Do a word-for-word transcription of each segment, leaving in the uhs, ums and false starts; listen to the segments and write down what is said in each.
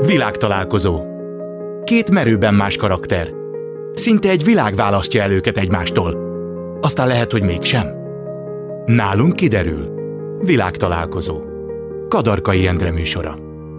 Világtalálkozó. Két merőben más karakter. Szinte egy világ választja el őket egymástól. Aztán lehet, hogy mégsem. Nálunk kiderül. Világtalálkozó. Kadarkai Endre műsora.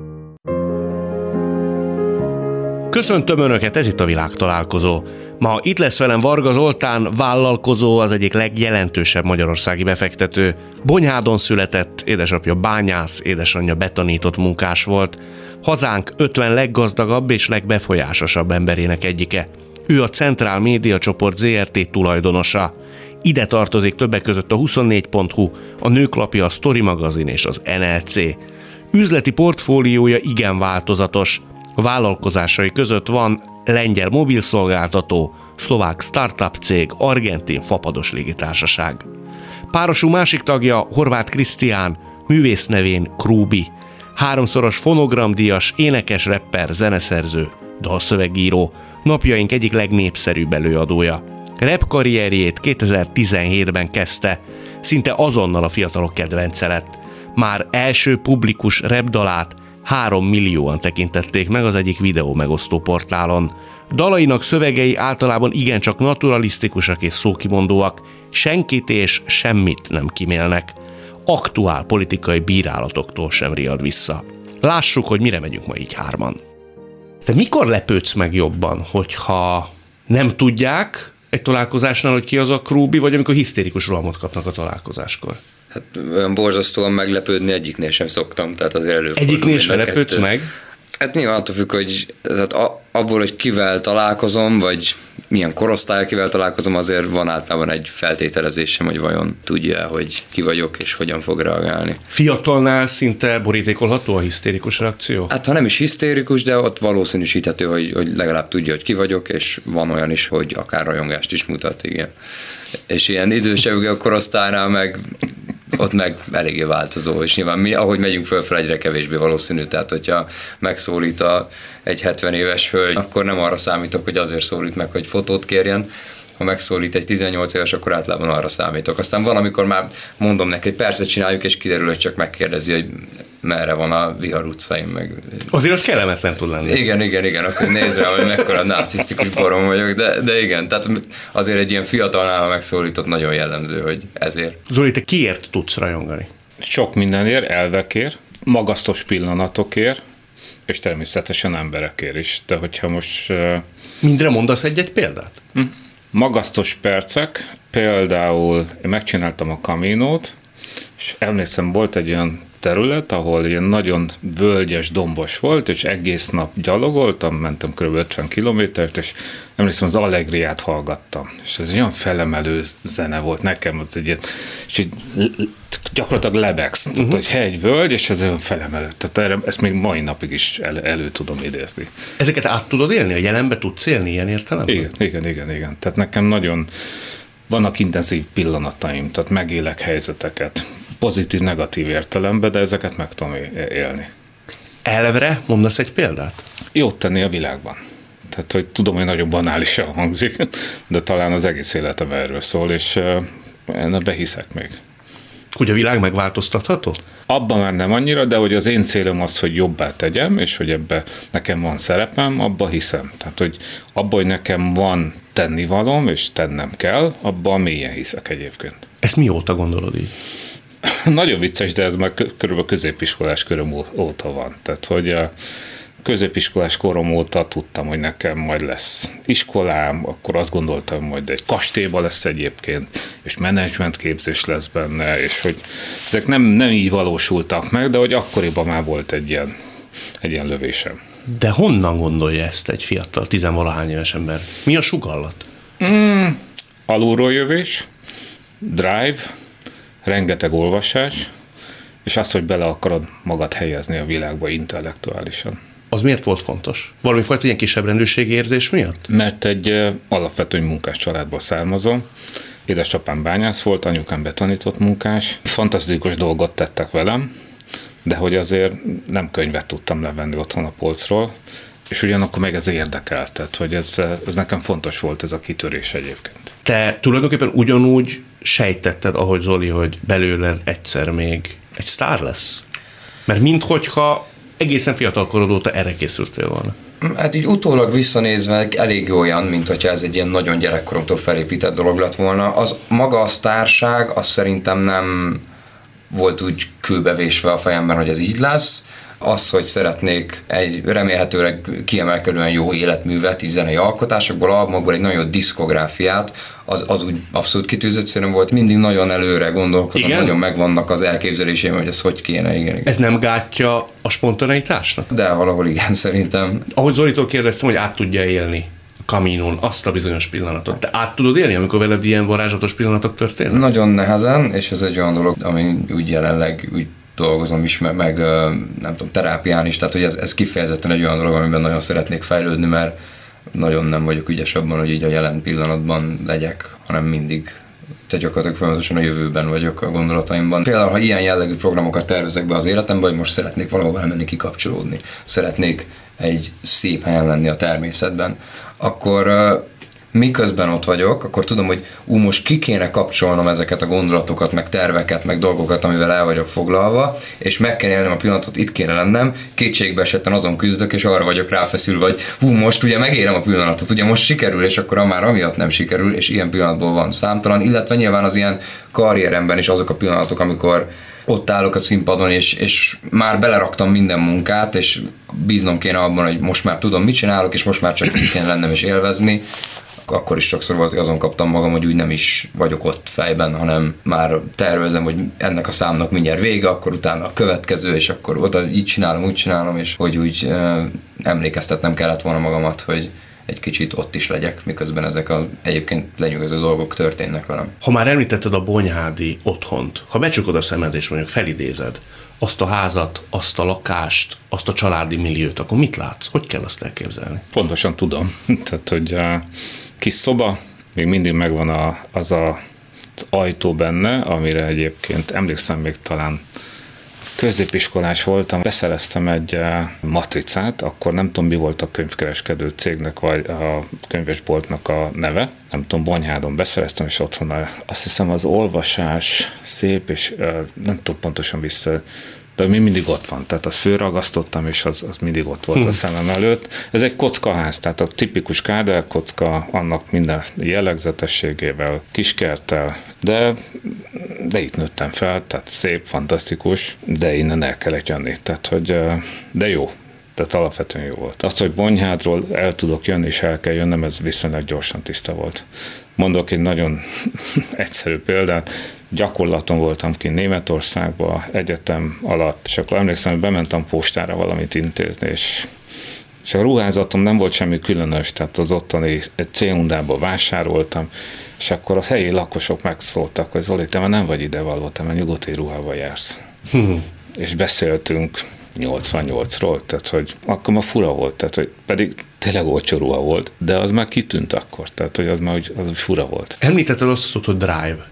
Köszöntöm Önöket, ez itt a Világtalálkozó. Ma itt lesz velem Varga Zoltán, vállalkozó, az egyik legjelentősebb magyarországi befektető. Bonyhádon született, édesapja bányász, édesanyja betanított munkás volt. Hazánk ötven leggazdagabb és legbefolyásosabb emberének egyike. Ő a Centrál Média Csoport zé er té tulajdonosa. Ide tartozik többek között a huszonnégy pont hu, a Nőklapja, a Sztori magazin és az en el cé. Üzleti portfóliója igen változatos. A vállalkozásai között van lengyel mobilszolgáltató, szlovák startup cég, argentin fapados légitársaság. Párosul másik tagja Horváth Krisztián, művész nevén Krúbi. Háromszoros fonogramdíjas, énekes, rapper, zeneszerző, dalszövegíró, napjaink egyik legnépszerűbb előadója. Rap karrierjét kétezer-tizenhétben kezdte, szinte azonnal a fiatalok kedvence lett. Már első publikus rap dalát három millióan tekintették meg az egyik videó megosztó portálon. Dalainak szövegei általában igencsak naturalisztikusak és szókimondóak, senkit és semmit nem kimélnek. Aktuál politikai bírálatoktól sem riad vissza. Lássuk, hogy mire megyünk ma így hárman. Te mikor lepődsz meg jobban, hogyha nem tudják egy találkozásnál, hogy ki az a Krúbi, vagy amikor hisztérikus rohamot kapnak a találkozáskor? Hát olyan borzasztóan meglepődni egyiknél sem szoktam, tehát azért előfordul. Egyiknél sem lepődsz meg? Hát nyilván attól függ, hogy tehát abból, hogy kivel találkozom, vagy milyen korosztály kivel találkozom, azért van általában egy feltételezésem, hogy vajon tudja, hogy ki vagyok, és hogyan fog reagálni. Fiatalnál szinte borítékolható a hisztérikus reakció? Hát ha nem is hisztérikus, de ott valószínűsíthető, hogy, hogy legalább tudja, hogy ki vagyok, és van olyan is, hogy akár rajongást is mutat, igen. És ilyen idősebb korosztálynál meg ott meg eléggé változó, és nyilván mi, ahogy megyünk fölfel, egyre kevésbé valószínű, tehát hogyha megszólít a, egy hetven éves hölgy, akkor nem arra számítok, hogy azért szólít meg, hogy fotót kérjen. Ha megszólít egy tizennyolc éves, akkor általában arra számítok. Aztán van, amikor már mondom neki, hogy persze csináljuk, és kiderül, hogy csak megkérdezi, hogy merre van a Vihar utcaim. Meg... Azért az kellemetlen tud lenni. Igen, igen, igen, akkor nézd rá, hogy mekkora narcisztikus barom vagyok, de, de igen, tehát azért egy ilyen fiatalnál megszólított nagyon jellemző, hogy ezért. Zoli, te kiért tudsz rajongani? Sok mindenért, elvekért, magasztos pillanatokért, és természetesen emberekért is. De hogyha most... Mindre mondasz egy-egy példát? Hm. Magasztos percek, például én megcsináltam a Caminót, és emlékszem, volt egy olyan terület, ahol ilyen nagyon völgyes, dombos volt, és egész nap gyalogoltam, mentem kb. ötven kilométert, és emlékszem, az Allegriát hallgattam. És ez olyan felemelő zene volt nekem, az egy ilyen, és így gyakorlatilag lebegsz, uh-huh. tehát, hogy hegy, völgy, és ez olyan felemelő. Tehát erre, ezt még mai napig is el, elő tudom idézni. Ezeket át tudod élni? A jelenbe tudsz élni ilyen értelemben? Igen, igen, igen, igen. Tehát nekem nagyon vannak intenzív pillanataim, tehát megélek helyzeteket, pozitív, negatív értelemben, de ezeket meg tudom élni. Elvre mondasz egy példát? Jót tenni a világban. Tehát, hogy tudom, hogy nagyon banálisan hangzik, de talán az egész életem erről szól, és én ebbe hiszek még. Hogy a világ megváltoztatható? Abban már nem annyira, de hogy az én célom az, hogy jobbá tegyem, és hogy ebbe nekem van szerepem, abba hiszem. Tehát, hogy abban, hogy nekem van tennivalom, és tennem kell, abban mélyen hiszek egyébként. Ezt mióta gondolod így? Nagyon vicces, de ez már körülbelül középiskolás köröm óta van. Tehát, hogy a középiskolás korom óta tudtam, hogy nekem majd lesz iskolám, akkor azt gondoltam, hogy egy kastélyban lesz egyébként, és menedzsment képzés lesz benne, és hogy ezek nem, nem így valósultak meg, de hogy akkoriban már volt egy ilyen, egy ilyen lövésem. De honnan gondolja ezt egy fiatal, tizenvalahány éves ember? Mi a sugallat? Mm, alulról jövés, drive, rengeteg olvasás, és az, hogy bele akarod magad helyezni a világba intellektuálisan. Az miért volt fontos? Valami fajta ilyen kisebb rendőrségi érzés miatt? Mert egy alapvetően munkás családból származom. Édesapám bányász volt, anyukám betanított munkás. Fantasztikus dolgot tettek velem, de hogy azért nem könyvet tudtam levenni otthon a polcról, és ugyanakkor meg ez érdekelt, tehát hogy ez, ez nekem fontos volt, ez a kitörés egyébként. Te tulajdonképpen ugyanúgy sejtetted, ahogy Zoli, hogy belőled egyszer még egy sztár lesz? Mert minthogyha egészen fiatalkorod óta erre készültél volna? Hát így utólag visszanézve elég olyan, mint hogyha ez egy ilyen nagyon gyerekkoromtól felépített dolog lett volna. Az maga a sztárság, az szerintem nem volt úgy kőbevésve a fejemben, hogy ez így lesz. Az, hogy szeretnék egy remélhetőleg kiemelkedően jó életművet, így zenei alkotásokból, albumokból egy nagyon jó diszkográfiát, az, az úgy abszolút kitűzött célom volt. Mindig nagyon előre gondolkozom, igen? Nagyon megvannak az elképzeléseim, hogy ez hogy kéne, igen, igen. Ez nem gátja a spontaneitásnak? De valahol igen, szerintem. Ahogy Zolitól kérdeztem, hogy át tudja élni Camínon azt a bizonyos pillanatot. Te át tudod élni, amikor veled ilyen varázslatos pillanatok történnek? Nagyon nehezen, és ez egy olyan dolog, ami úgy jelenleg úgy dolgozom is, meg, meg nem tudom, terápián is, tehát hogy ez, ez kifejezetten egy olyan dolog, amiben nagyon szeretnék fejlődni, mert nagyon nem vagyok ügyes abban, hogy így a jelen pillanatban legyek, hanem mindig, te gyakorlatilag folyamatosan a jövőben vagyok a gondolataimban. Például, ha ilyen jellegű programokat tervezek be az életembe, hogy most szeretnék valahol elmenni kikapcsolódni, szeretnék egy szép helyen lenni a természetben, akkor miközben ott vagyok, akkor tudom, hogy ú, most ki kéne kapcsolnom ezeket a gondolatokat, meg terveket, meg dolgokat, amivel el vagyok foglalva, és meg kell élnem a pillanatot, itt kéne lennem, kétségbe esetten azon küzdök, és arra vagyok ráfeszülve, hogy hú, most ugye megélem a pillanatot, ugye most sikerül, és akkor már amiatt nem sikerül, és ilyen pillanatból van számtalan, illetve nyilván az ilyen karrieremben is azok a pillanatok, amikor ott állok a színpadon, és, és már beleraktam minden munkát, és bíznom kéne abban, hogy most már tudom, mit csinálok, és most már csak itt kéne lennem és élvezni. Akkor is sokszor volt, hogy azon kaptam magam, hogy úgy nem is vagyok ott fejben, hanem már tervezem, hogy ennek a számnak mindjárt vége, akkor utána a következő, és akkor oda így csinálom, úgy csinálom, és hogy úgy uh, emlékeztetnem kellett volna magamat, hogy egy kicsit ott is legyek, miközben ezek a egyébként lenyűgöző dolgok történnek velem. Ha már említetted a bonyhádi otthont, ha becsukod a szemed és mondjuk felidézed azt a házat, azt a lakást, azt a családi milliót, akkor mit látsz? Hogy kell azt elképzelni? Pontosan tudom. Tehát, hogy a kis szoba, még mindig megvan a, az a, az ajtó benne, amire egyébként emlékszem, még talán középiskolás voltam, beszereztem egy matricát, akkor nem tudom, mi volt a könyvkereskedő cégnek, vagy a könyvesboltnak a neve, nem tudom, Bonyhádon beszereztem, és otthon azt hiszem az olvasás szép, és nem tudom pontosan vissza, de mi mindig ott van, tehát azt fölragasztottam, és az, az mindig ott volt hm. a szemem előtt. Ez egy kockaház, tehát a tipikus Kádár kocka, annak minden jellegzetességével, kiskerttel, de, de itt nőttem fel, tehát szép, fantasztikus, de innen el kellett jönni, tehát hogy, de jó. Tehát alapvetően jó volt. Azt, hogy Bonyhádról el tudok jönni, és el kell jönnöm, ez viszonylag gyorsan tiszta volt. Mondok egy nagyon egyszerű példát. Gyakorlaton voltam ki Németországban, egyetem alatt, és akkor emlékszem, hogy bementem postára valamit intézni, és, és a ruházatom nem volt semmi különös, tehát az ottani egy C-undából vásároltam, és akkor a helyi lakosok megszóltak, hogy Zoli, te már nem vagy idevaló, te már nyugodti ruhával jársz. Hmm. És beszéltünk nyolcvannyolcról, tehát hogy akkor már fura volt, tehát hogy pedig tényleg olcsó ruha volt, de az már kitűnt akkor, tehát hogy az már úgy, az fura volt. Említetted azt a szót, hogy drive.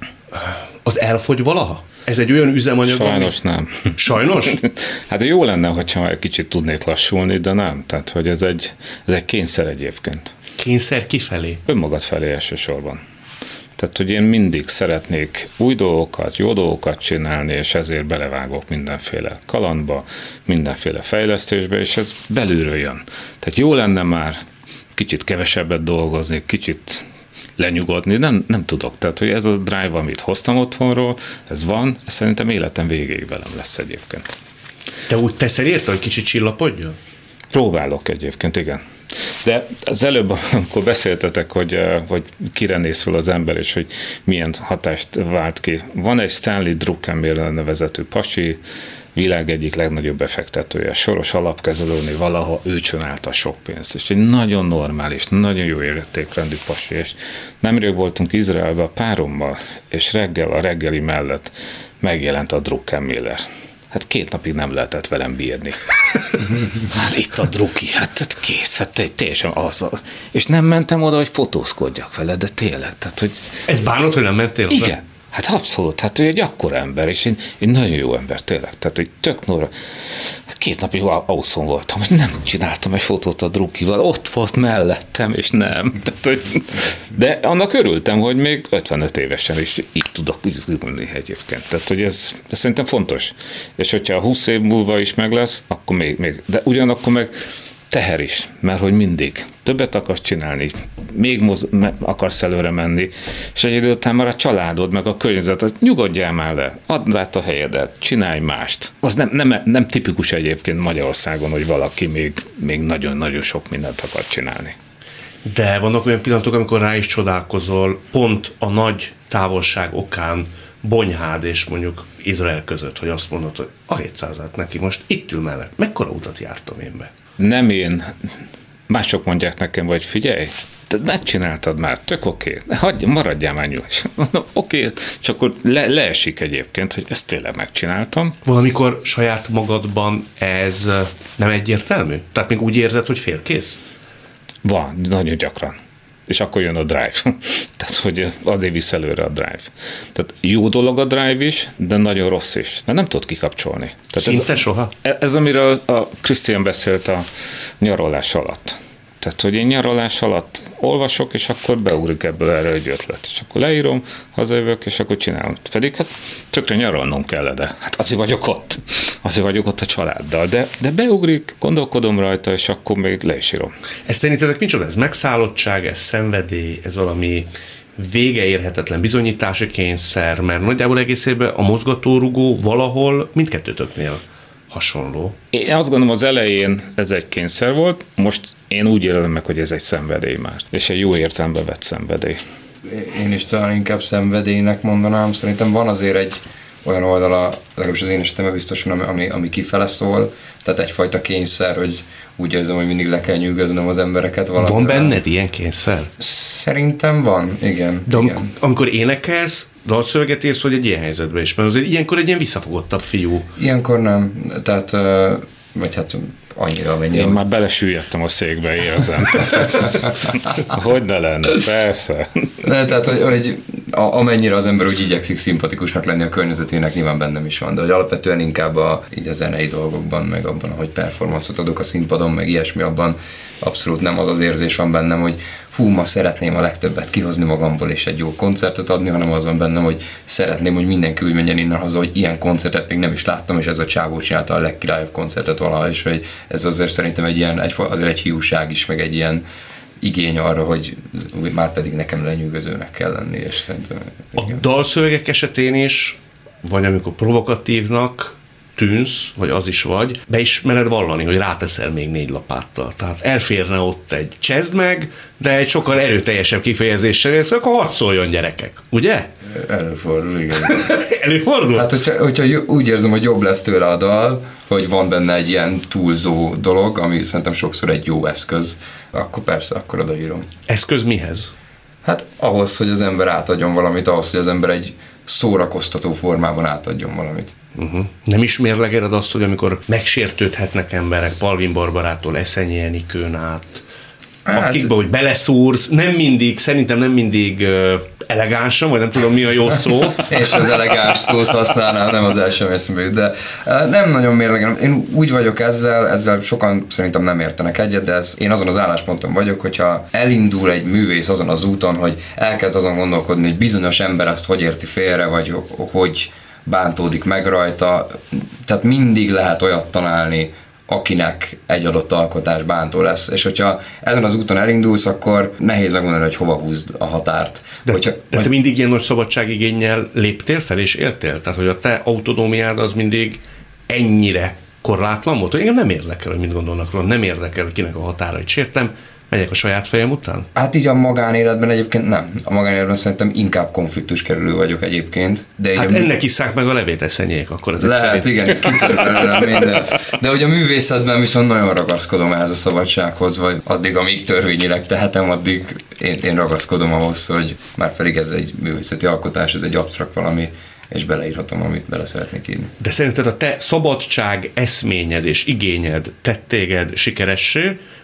Az elfogy valaha? Ez egy olyan üzemanyag? Sajnos ami... nem. Sajnos? Hát jó lenne, hogyha egy kicsit tudnék lassulni, de nem. Tehát, hogy ez egy, ez egy kényszer egyébként. Kényszer kifelé? Önmagad felé elsősorban. Tehát, hogy én mindig szeretnék új dolgokat, jó dolgokat csinálni, és ezért belevágok mindenféle kalandba, mindenféle fejlesztésbe, és ez belülről jön. Tehát jó lenne már kicsit kevesebbet dolgozni, kicsit lenyugodni, nem, nem tudok. Tehát, hogy ez a drive, amit hoztam otthonról, ez van, szerintem életem végéig velem lesz egyébként. Te úgy teszel érte, hogy kicsit csillapodjon? Próbálok egyébként, igen. De az előbb, amikor beszéltetek, hogy, hogy kire néz fel az ember, és hogy milyen hatást vált ki. Van egy Stanley Druckenmiller nevezetű pasi, világ egyik legnagyobb befektetője, soros alapkezelőnél valaha ő csinálta sok pénzt, és egy nagyon normális, nagyon jó értékrendű pasi, és nemrég voltunk Izraelben a párommal, és reggel a reggeli mellett megjelent a Druckenmiller. Hát két napig nem lehetett velem bírni. Hát itt a Drucki, hát kész, hát teljesen az, az. És nem mentem oda, hogy fotózkodjak vele, de tényleg. Tehát, hogy... Ez bánod, hogy nem mentél oda? Igen. Hát abszolút, hát ő egy akkora ember, és egy, egy nagyon jó ember, tényleg. Tehát, hogy tök nóra. Két napig auszon voltam, hogy nem csináltam egy fotót a Druckival, ott volt mellettem, és nem. Tehát, hogy, de annak örültem, hogy még ötvenöt évesen is így tudok izgulni egyébként. Tehát, hogy ez, ez szerintem fontos. És hogyha húsz év múlva is meg lesz, akkor még, még de ugyanakkor meg teher is, mert hogy mindig többet akarsz csinálni, még moz, me, akarsz előre menni, és egy idő után már a családod, meg a környezet, az nyugodjál már le, add át a helyedet, csinálj mást. Az nem, nem, nem tipikus egyébként Magyarországon, hogy valaki még, még nagyon-nagyon sok mindent akar csinálni. De vannak olyan pillanatok, amikor rá is csodálkozol, pont a nagy távolság okán Bonyhád és mondjuk Izrael között, hogy azt mondod, hogy a hétszázat neki most itt ül mellett. Mekkora utat jártam én be? Nem én, mások mondják nekem, hogy figyelj, te megcsináltad már, tök oké, okay. Maradjál már nyugodj. Oké, okay. És akkor le, leesik egyébként, hogy ezt tényleg megcsináltam. Valamikor saját magadban ez nem egyértelmű? Tehát még úgy érzed, hogy félkész? Van, nagyon gyakran. És akkor jön a drive. Tehát, hogy azért visz előre a drive. Tehát jó dolog a drive is, de nagyon rossz is. De nem tudod kikapcsolni. Tehát Szinte ez, soha? Ez, amiről a Krisztián beszélt a nyaralás alatt. Tehát, hogy én nyaralás alatt olvasok, és akkor beugrik ebből erre egy ötlet. És akkor leírom, hazajövök, és akkor csinálom. Pedig hát tökre nyaralnom kell, de hát azért vagyok ott. Azért vagyok ott a családdal. De, de beugrik, gondolkodom rajta, és akkor még le is írom. Ez szerintetek micsoda? Ez megszállottság, ez szenvedély, ez valami vége érhetetlen bizonyítási kényszer, mert nagyjából egész évben a mozgatórugó valahol mindkettőtöknél hasonló. Én azt gondolom, az elején ez egy kényszer volt, most én úgy élem meg, hogy ez egy szenvedély már. És egy jó értelembe vett szenvedély. Én is talán inkább szenvedélynek mondanám. Szerintem van azért egy olyan oldala, legalábbis az én esetemben biztosan, ami, ami kifele szól. Tehát egyfajta kényszer, hogy úgy érzem, hogy mindig le kell nyűgöznöm az embereket valamivel. Van benned ilyen kényszer? Szerintem van, igen. De igen. Am- amikor énekelsz, dalszölgetész, hogy egy ilyen helyzetben is, mert azért ilyenkor egy ilyen visszafogottabb fiú. Ilyenkor nem, tehát, vagy hát annyira, amennyire. Én már belesüllyedtem a székbe, érzem. Hogy ne lenne, persze. De, tehát, hogy, hogy amennyire az ember úgy igyekszik szimpatikusnak lenni a környezetének, nyilván bennem is van, de hogy alapvetően inkább a, így a zenei dolgokban, meg abban, ahogy performanszot adok a színpadon, meg ilyesmi, abban abszolút nem az az érzés van bennem, hogy hú, ma szeretném a legtöbbet kihozni magamból és egy jó koncertet adni, hanem az van bennem, hogy szeretném, hogy mindenki úgy menjen innen haza, hogy ilyen koncertet még nem is láttam, és ez a csávó csinálta a legkirályabb koncertet valaha, és hogy ez azért szerintem egy ilyen, egy, azért egy hiúság is, meg egy ilyen igény arra, hogy már pedig nekem lenyűgözőnek kell lenni, és szerintem... Igen. A dalszövegek esetén is, vagy amikor provokatívnak tűnsz, vagy az is vagy, be is mered vallani, hogy ráteszel még négy lapáttal. Tehát elférne ott egy csezd meg, de egy sokkal erőteljesebb kifejezéssel, szóval akkor hadd szóljon, gyerekek. Ugye? Előfordul, igen. Előfordul? Hát, hogyha, hogyha úgy érzem, hogy jobb lesz tőle a dal, hogy van benne egy ilyen túlzó dolog, ami szerintem sokszor egy jó eszköz, akkor persze, akkor odaírom. Eszköz mihez? Hát ahhoz, hogy az ember átadjon valamit, ahhoz, hogy az ember egy szórakoztató formában átadjon valamit. Uh-huh. Nem is mérlegeled azt, hogy amikor megsértődhetnek emberek, Palvin Barbarától Eszenyi Enikőn át, hát, akikbe, hogy beleszúrsz, nem mindig, szerintem nem mindig uh, elegánsan, vagy nem tudom mi a jó szó. És az elegáns szót használnám, nem az első eszembe, de uh, nem nagyon mérlegelem. Én úgy vagyok ezzel, ezzel sokan szerintem nem értenek egyet, de ez, én azon az állásponton vagyok, hogyha elindul egy művész azon az úton, hogy elkezd azon gondolkodni, hogy bizonyos ember ezt hogy érti félre, vagy hogy bántódik meg rajta, tehát mindig lehet olyat találni, akinek egy adott alkotás bántó lesz. És hogyha ezen az úton elindulsz, akkor nehéz megmondani, hogy hova húzd a határt. De, hogyha, de te vagy... mindig ilyen nagy szabadságigénnyel léptél fel és éltél? Tehát, hogy a te autonómiád az mindig ennyire korlátlan volt? Engem nem érdekel, hogy mit gondolnak róla, nem érdekel, hogy kinek a határait sértem, megyek a saját fejem után? Hát így a magánéletben egyébként nem. A magánéletben szerintem inkább konfliktus kerülő vagyok egyébként. De hát a... ennek isszák meg a levét, Eszenyék, akkor ezek lehet, szerint... igen, kitörölem minden. De hogy a művészetben viszont nagyon ragaszkodom ehhez a szabadsághoz, vagy addig, amíg törvényileg tehetem, addig én, én ragaszkodom ahhoz, hogy már pedig ez egy művészeti alkotás, ez egy absztrakt valami, és beleírhatom, amit bele szeretnék írni. De szerinted a te szabadság eszményed és igényed tett téged sikeressé,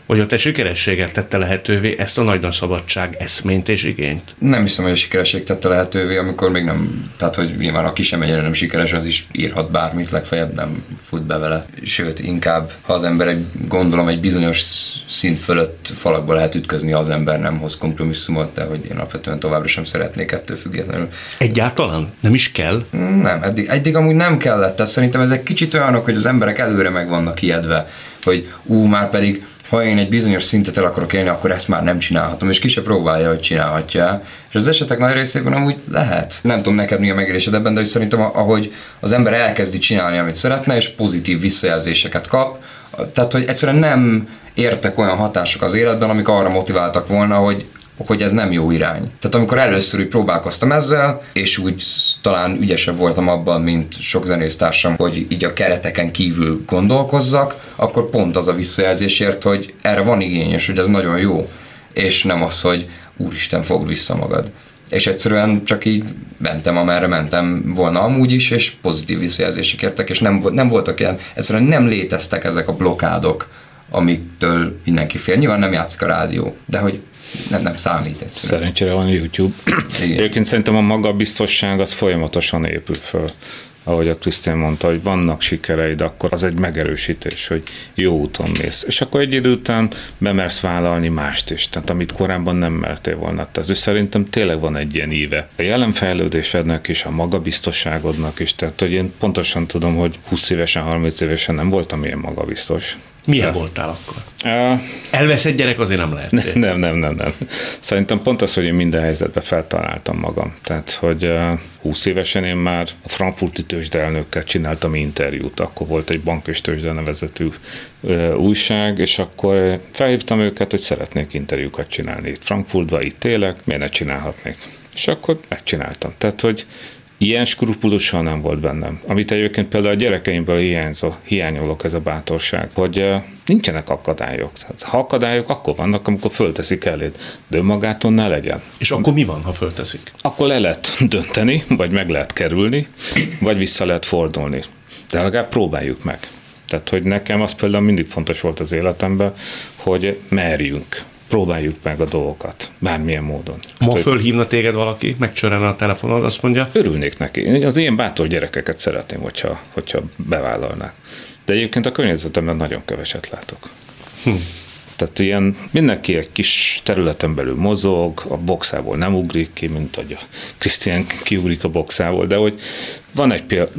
hogy a te sikerességet tette lehetővé ezt a nagy szabadság eszményt és igényt? Nem hiszem, hogy a sikeresség tette lehetővé, amikor még nem, tehát hogy nyilván aki sem ennyire nem sikeres, az is írhat bármit, legfeljebb nem fut be vele. Sőt, inkább, ha az ember egy, gondolom egy bizonyos szint fölött falakba lehet ütközni, ha az ember nem hoz kompromisszumot, de hogy én alapvetően továbbra sem szeretnék ettől függetlenül. Egyáltalán? Nem is kell? Nem, eddig, eddig amúgy nem kellett. Tehát szerintem ezek kicsit olyanok, hogy az emberek előre meg vannak ijedve, hogy ú, már pedig ha én egy bizonyos szintet el akarok élni, akkor ezt már nem csinálhatom, és ki se próbálja, hogy csinálhatja. És az esetek nagy részében amúgy lehet. Nem tudom neked mi a megélésed ebben, de hogy szerintem ahogy az ember elkezdi csinálni, amit szeretne, és pozitív visszajelzéseket kap, tehát hogy egyszerűen nem értek olyan hatások az életben, amik arra motiváltak volna, hogy hogy ez nem jó irány. Tehát amikor először úgy próbálkoztam ezzel, és úgy talán ügyesebb voltam abban, mint sok zenésztársam, hogy így a kereteken kívül gondolkozzak, akkor pont az a visszajelzés ért, hogy erre van igény, és hogy ez nagyon jó. És nem az, hogy úristen, fogd vissza magad. És egyszerűen csak így mentem, amerre mentem volna amúgy is, és pozitív visszajelzések értek, és nem, nem voltak ilyen, egyszerűen nem léteztek ezek a blokádok, amiktől mindenki fél. Nyilván nem játszik a rádió, de hogy Nem, nem számít egyszerűen. Szerencsére van YouTube. Igen. Egyébként szerintem a magabiztosság az folyamatosan épül föl. Ahogy a Krisztián mondta, hogy vannak sikereid, akkor az egy megerősítés, hogy jó úton mész. És akkor egy idő után bemersz vállalni mást is, tehát amit korábban nem mertél volna. Tehát szerintem tényleg van egy ilyen íve. A jelen fejlődésednek is, a magabiztosságodnak is. Tehát, hogy én pontosan tudom, hogy húsz évesen, harminc évesen nem voltam ilyen magabiztos. Milyen De. voltál akkor? Uh, Elveszett gyerek azért nem lehet. Nem, nem, nem, nem. Szerintem pont az, hogy én minden helyzetben feltaláltam magam. Tehát, hogy uh, húsz évesen én már a frankfurti tőzsdeelnökkel csináltam interjút. Akkor volt egy bank és tőzsde nevezetű uh, újság, és akkor felhívtam őket, hogy szeretnék interjúkat csinálni itt Frankfurtban, itt élek, miért ne csinálhatnék? És akkor megcsináltam. Tehát, hogy ilyen skrupulusan nem volt bennem. Amit egyébként például a gyerekeimből hiányzó, hiányolok, ez a bátorság, hogy uh, nincsenek akadályok. Ha akadályok, akkor vannak, amikor fölteszik eléd, de önmagától ne legyen. És akkor mi van, ha fölteszik? Akkor le lehet dönteni, vagy meg lehet kerülni, vagy vissza lehet fordulni. De legalább próbáljuk meg. Tehát, hogy nekem az például mindig fontos volt az életemben, hogy merjünk. Próbáljuk meg a dolgokat, bármilyen módon. Ma hát, fölhívna téged valaki, megcsörrenne a telefonod, azt mondja? Örülnék neki. Én az ilyen bátor gyerekeket szeretném, hogyha, hogyha bevállalnák. De egyébként a környezetemben nagyon keveset látok. Hm. Tehát ilyen mindenki egy kis területen belül mozog, a boxából nem ugrik ki, mint hogy a Krisztián kiugrik a boxából, de hogy van egy példa,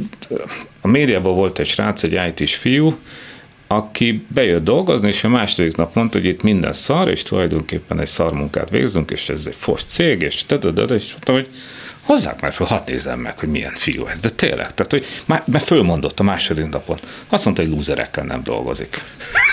a médiában volt egy srác, egy í té-s fiú, aki bejött dolgozni, és a második nap mondta, hogy itt minden szar, és tulajdonképpen egy szarmunkát végzünk, és ez egy fos cég, és tadadada, és mondtam, hogy hozzák már fel, hadd nézem meg, hogy milyen fiú ez, de tényleg, tehát, hogy már, már fölmondott a második napon. Azt mondta, hogy lúzerekkel nem dolgozik.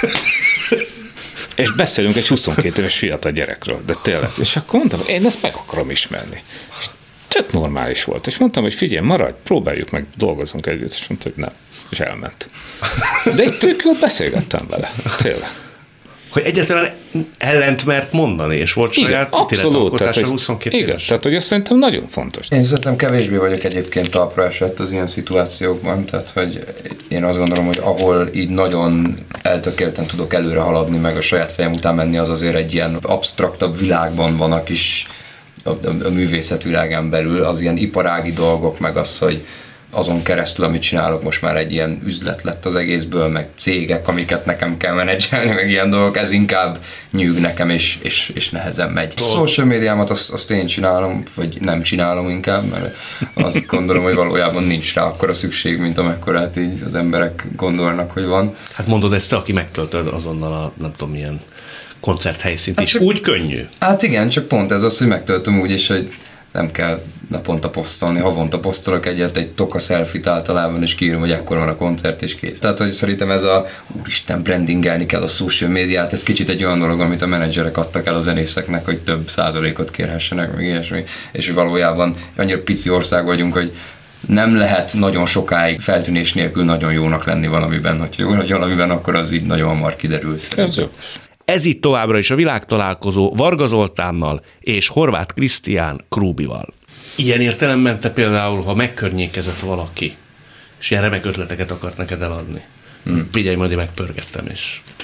És beszélünk egy huszonkét éves fiatal gyerekről, de tényleg. És akkor mondtam, én ezt meg akarom ismerni. És tök normális volt. És mondtam, hogy figyelj, maradj, próbáljuk meg, dolgozunk együtt. És mondta, hogy nem. És elment. De egy tök jól beszélgettem vele. Tényleg. Hogy egyáltalán ellent mert mondani, és volt saját ítéletalkotása huszonkét igen, éves. Tehát, hogy azt szerintem nagyon fontos. Én szerintem kevésbé vagyok egyébként talpra esett az ilyen szituációkban, tehát, hogy én azt gondolom, hogy ahol így nagyon eltökélten tudok előre haladni, meg a saját fejem után menni, az azért egy ilyen absztraktabb világban van a kis a, a, a művészet világán belül, az ilyen iparági dolgok, meg az, hogy azon keresztül, amit csinálok, most már egy ilyen üzlet lett az egészből, meg cégek, amiket nekem kell menedzselni, meg ilyen dolgok, ez inkább nyűg nekem, és, és, és nehezen megy. A social médiámat azt, azt én csinálom, vagy nem csinálom inkább, mert azt gondolom, hogy valójában nincs rá akkora szükség, mint amekkorát így az emberek gondolnak, hogy van. Hát mondod ezt te, aki megtöltöd azonnal a nem tudom milyen koncerthelyszínt hát is. Csak, úgy könnyű. Hát igen, csak pont ez az, hogy megtöltöm úgy is, hogy nem kell naponta posztolni, havonta posztolok egyet, egy toka selfie-t általában, és kiírom, hogy ekkor van a koncert, és kész. Tehát, hogy szerintem ez a úristen, brandingelni kell a social médiát, ez kicsit egy olyan dolog, amit a menedzserek adtak el a zenészeknek, hogy több százalékot kérhessenek, meg ilyesmi, és valójában annyira pici ország vagyunk, hogy nem lehet nagyon sokáig feltűnés nélkül nagyon jónak lenni valamiben, hogyha jó vagy valamiben, akkor az így nagyon hamar kiderül szerintem. Ez itt továbbra is a világtalálkozó Varga Zoltánnal és Horváth Krisztián Krúbival. Ilyen értelemben te például, ha megkörnyékezett valaki, és ilyen remek ötleteket akart neked eladni, hmm. figyelj, majd én megpörgettem, és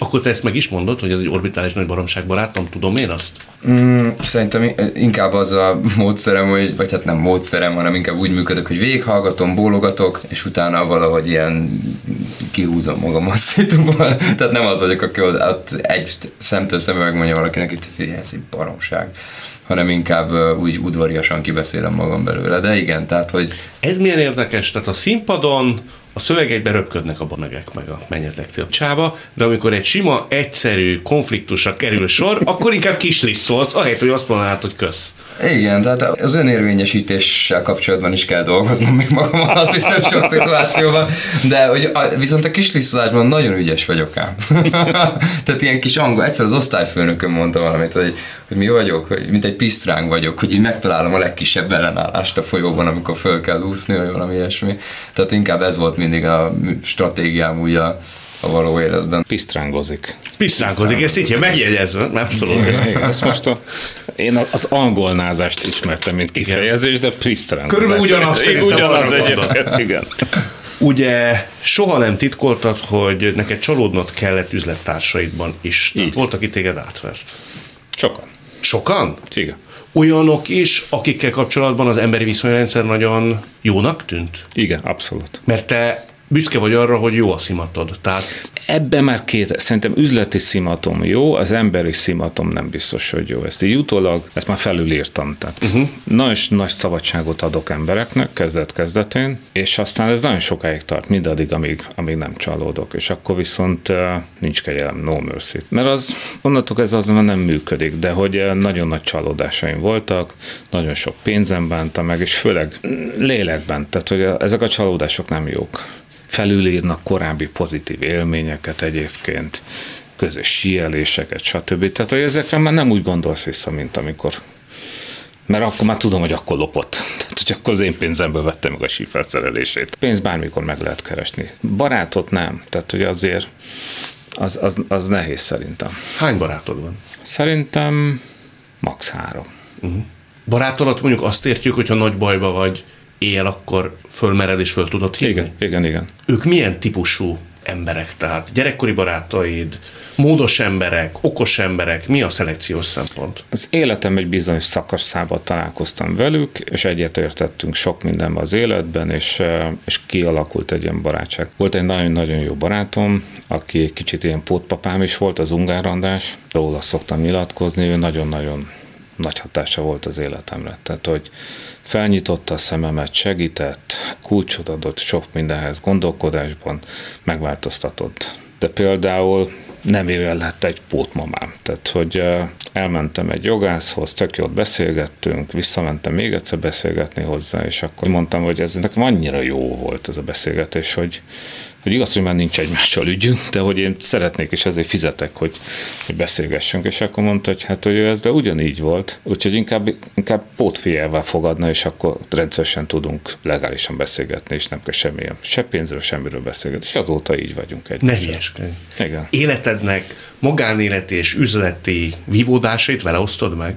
Akkor te ezt meg is mondod, hogy ez egy orbitális nagy baromság, barátom, tudom én azt? Mm, szerintem inkább az a módszerem, hogy, vagy hát nem módszerem, hanem inkább úgy működök, hogy végighallgatom, bólogatok, és utána valahogy ilyen kihúzom magam a szituból. Tehát nem az vagyok, aki ott egy szemtől szembe megmondja valakinek, hogy figyelj, ez egy baromság, hanem inkább uh, úgy udvariasan kibeszélem magam belőle. De igen, tehát, hogy... Ez milyen érdekes, tehát a színpadon a szövegekben röpködnek a banegek meg a menjetek tiltsába, de amikor egy sima, egyszerű konfliktusra kerül sor, akkor inkább kislisszolsz, ahelyett, hogy azt mondanád, hogy kösz. Igen, tehát az önérvényesítéssel kapcsolatban is kell dolgoznom még magamon, azt hiszem sok szituációban, de hogy a, viszont a kislisszolásban nagyon ügyes vagyok ám. Tehát ilyen kis angol, egyszer az osztályfőnököm mondta valamit, hogy, hogy mi vagyok, hogy mint egy pisztráng vagyok, hogy így megtalálom a legkisebb ellenállást a folyóban, amikor föl kell úszni, vagy valami ilyesmi. Tehát inkább ez volt mindig a stratégiám úgy a, a való életben. Pisztrángozik. Pisztrángozik, ezt így megjegyezve, abszolút. Igen, igen, ezt most a, én az angolnázást ismertem, mint kifejezés, de pisztrángozás. Körülbelül ugyanaz, ugyanaz egyébként, igen. Ugye soha nem titkoltad, hogy neked csalódnod kellett üzlettársaidban is. Tehát volt, aki téged átvert. Sokan. Sokan? Igen. Olyanok is, akikkel kapcsolatban az emberi viszonyrendszer nagyon jónak tűnt? Igen, abszolút. Mert te büszke vagy arra, hogy jó a szimatod. Tehát... Ebben már két, szerintem üzleti szimatom jó, az emberi szimatom nem biztos, hogy jó. Ezt így utólag, ezt már felülírtam. Tehát uh-huh. nagyon nagy szabadságot adok embereknek kezdet-kezdetén, és aztán ez nagyon sokáig tart, mindaddig, amíg, amíg nem csalódok. És akkor viszont uh, nincs kegyelem, no mercy. Mert az, onnantól ez azon nem működik, de hogy uh, nagyon nagy csalódásaim voltak, nagyon sok pénzem bánta meg, és főleg lélekben. Tehát, hogy a, ezek a csalódások nem jók. Felülírnak korábbi pozitív élményeket egyébként, közös síeléseket, stb. Tehát, hogy ezekre már nem úgy gondolsz vissza, mint amikor... Mert akkor már tudom, hogy akkor lopott. Tehát, hogy akkor az én pénzemből vettem meg a sífelszerelését. Pénzt bármikor meg lehet keresni. Barátot nem. Tehát, hogy azért az, az, az nehéz szerintem. Hány barátod van? Szerintem max. három. Uh-huh. Barát alatt mondjuk azt értjük, hogyha nagy bajba vagy, él, akkor fölmered és föl tudod hívni? Igen, igen, igen. Ők milyen típusú emberek? Tehát gyerekkori barátaid, módos emberek, okos emberek, mi a szelekciós szempont? Az életem egy bizonyos szakaszában találkoztam velük, és egyetértettünk sok mindenben az életben, és, és kialakult egy ilyen barátság. Volt egy nagyon-nagyon jó barátom, aki egy kicsit ilyen pótpapám is volt, az Ungár András. Róla szoktam nyilatkozni, ő nagyon-nagyon nagy hatása volt az életemre. Tehát, hogy felnyitotta a szememet, segített, kulcsot adott sok mindenhez, gondolkodásban megváltoztatott. De például nem érjen lett egy pótmamám. Tehát, hogy elmentem egy jogászhoz, tök jót beszélgettünk, visszamentem még egyszer beszélgetni hozzá, és akkor mondtam, hogy ez nekem annyira jó volt ez a beszélgetés, hogy hogy igaz, hogy már nincs egymással ügyünk, de hogy én szeretnék, és ezért fizetek, hogy, hogy beszélgessünk. És akkor mondta, hogy hát, hogy ez de ugyanígy volt, úgyhogy inkább, inkább pótfigyelvel fogadna, és akkor rendszeresen tudunk legálisan beszélgetni, és nem kell semmilyen, se pénzről, semmiről beszélgetni. És azóta így vagyunk egymással. Ne hülyeskedj. Igen. Életednek magánéleti és üzleti vívódásait vele osztod meg?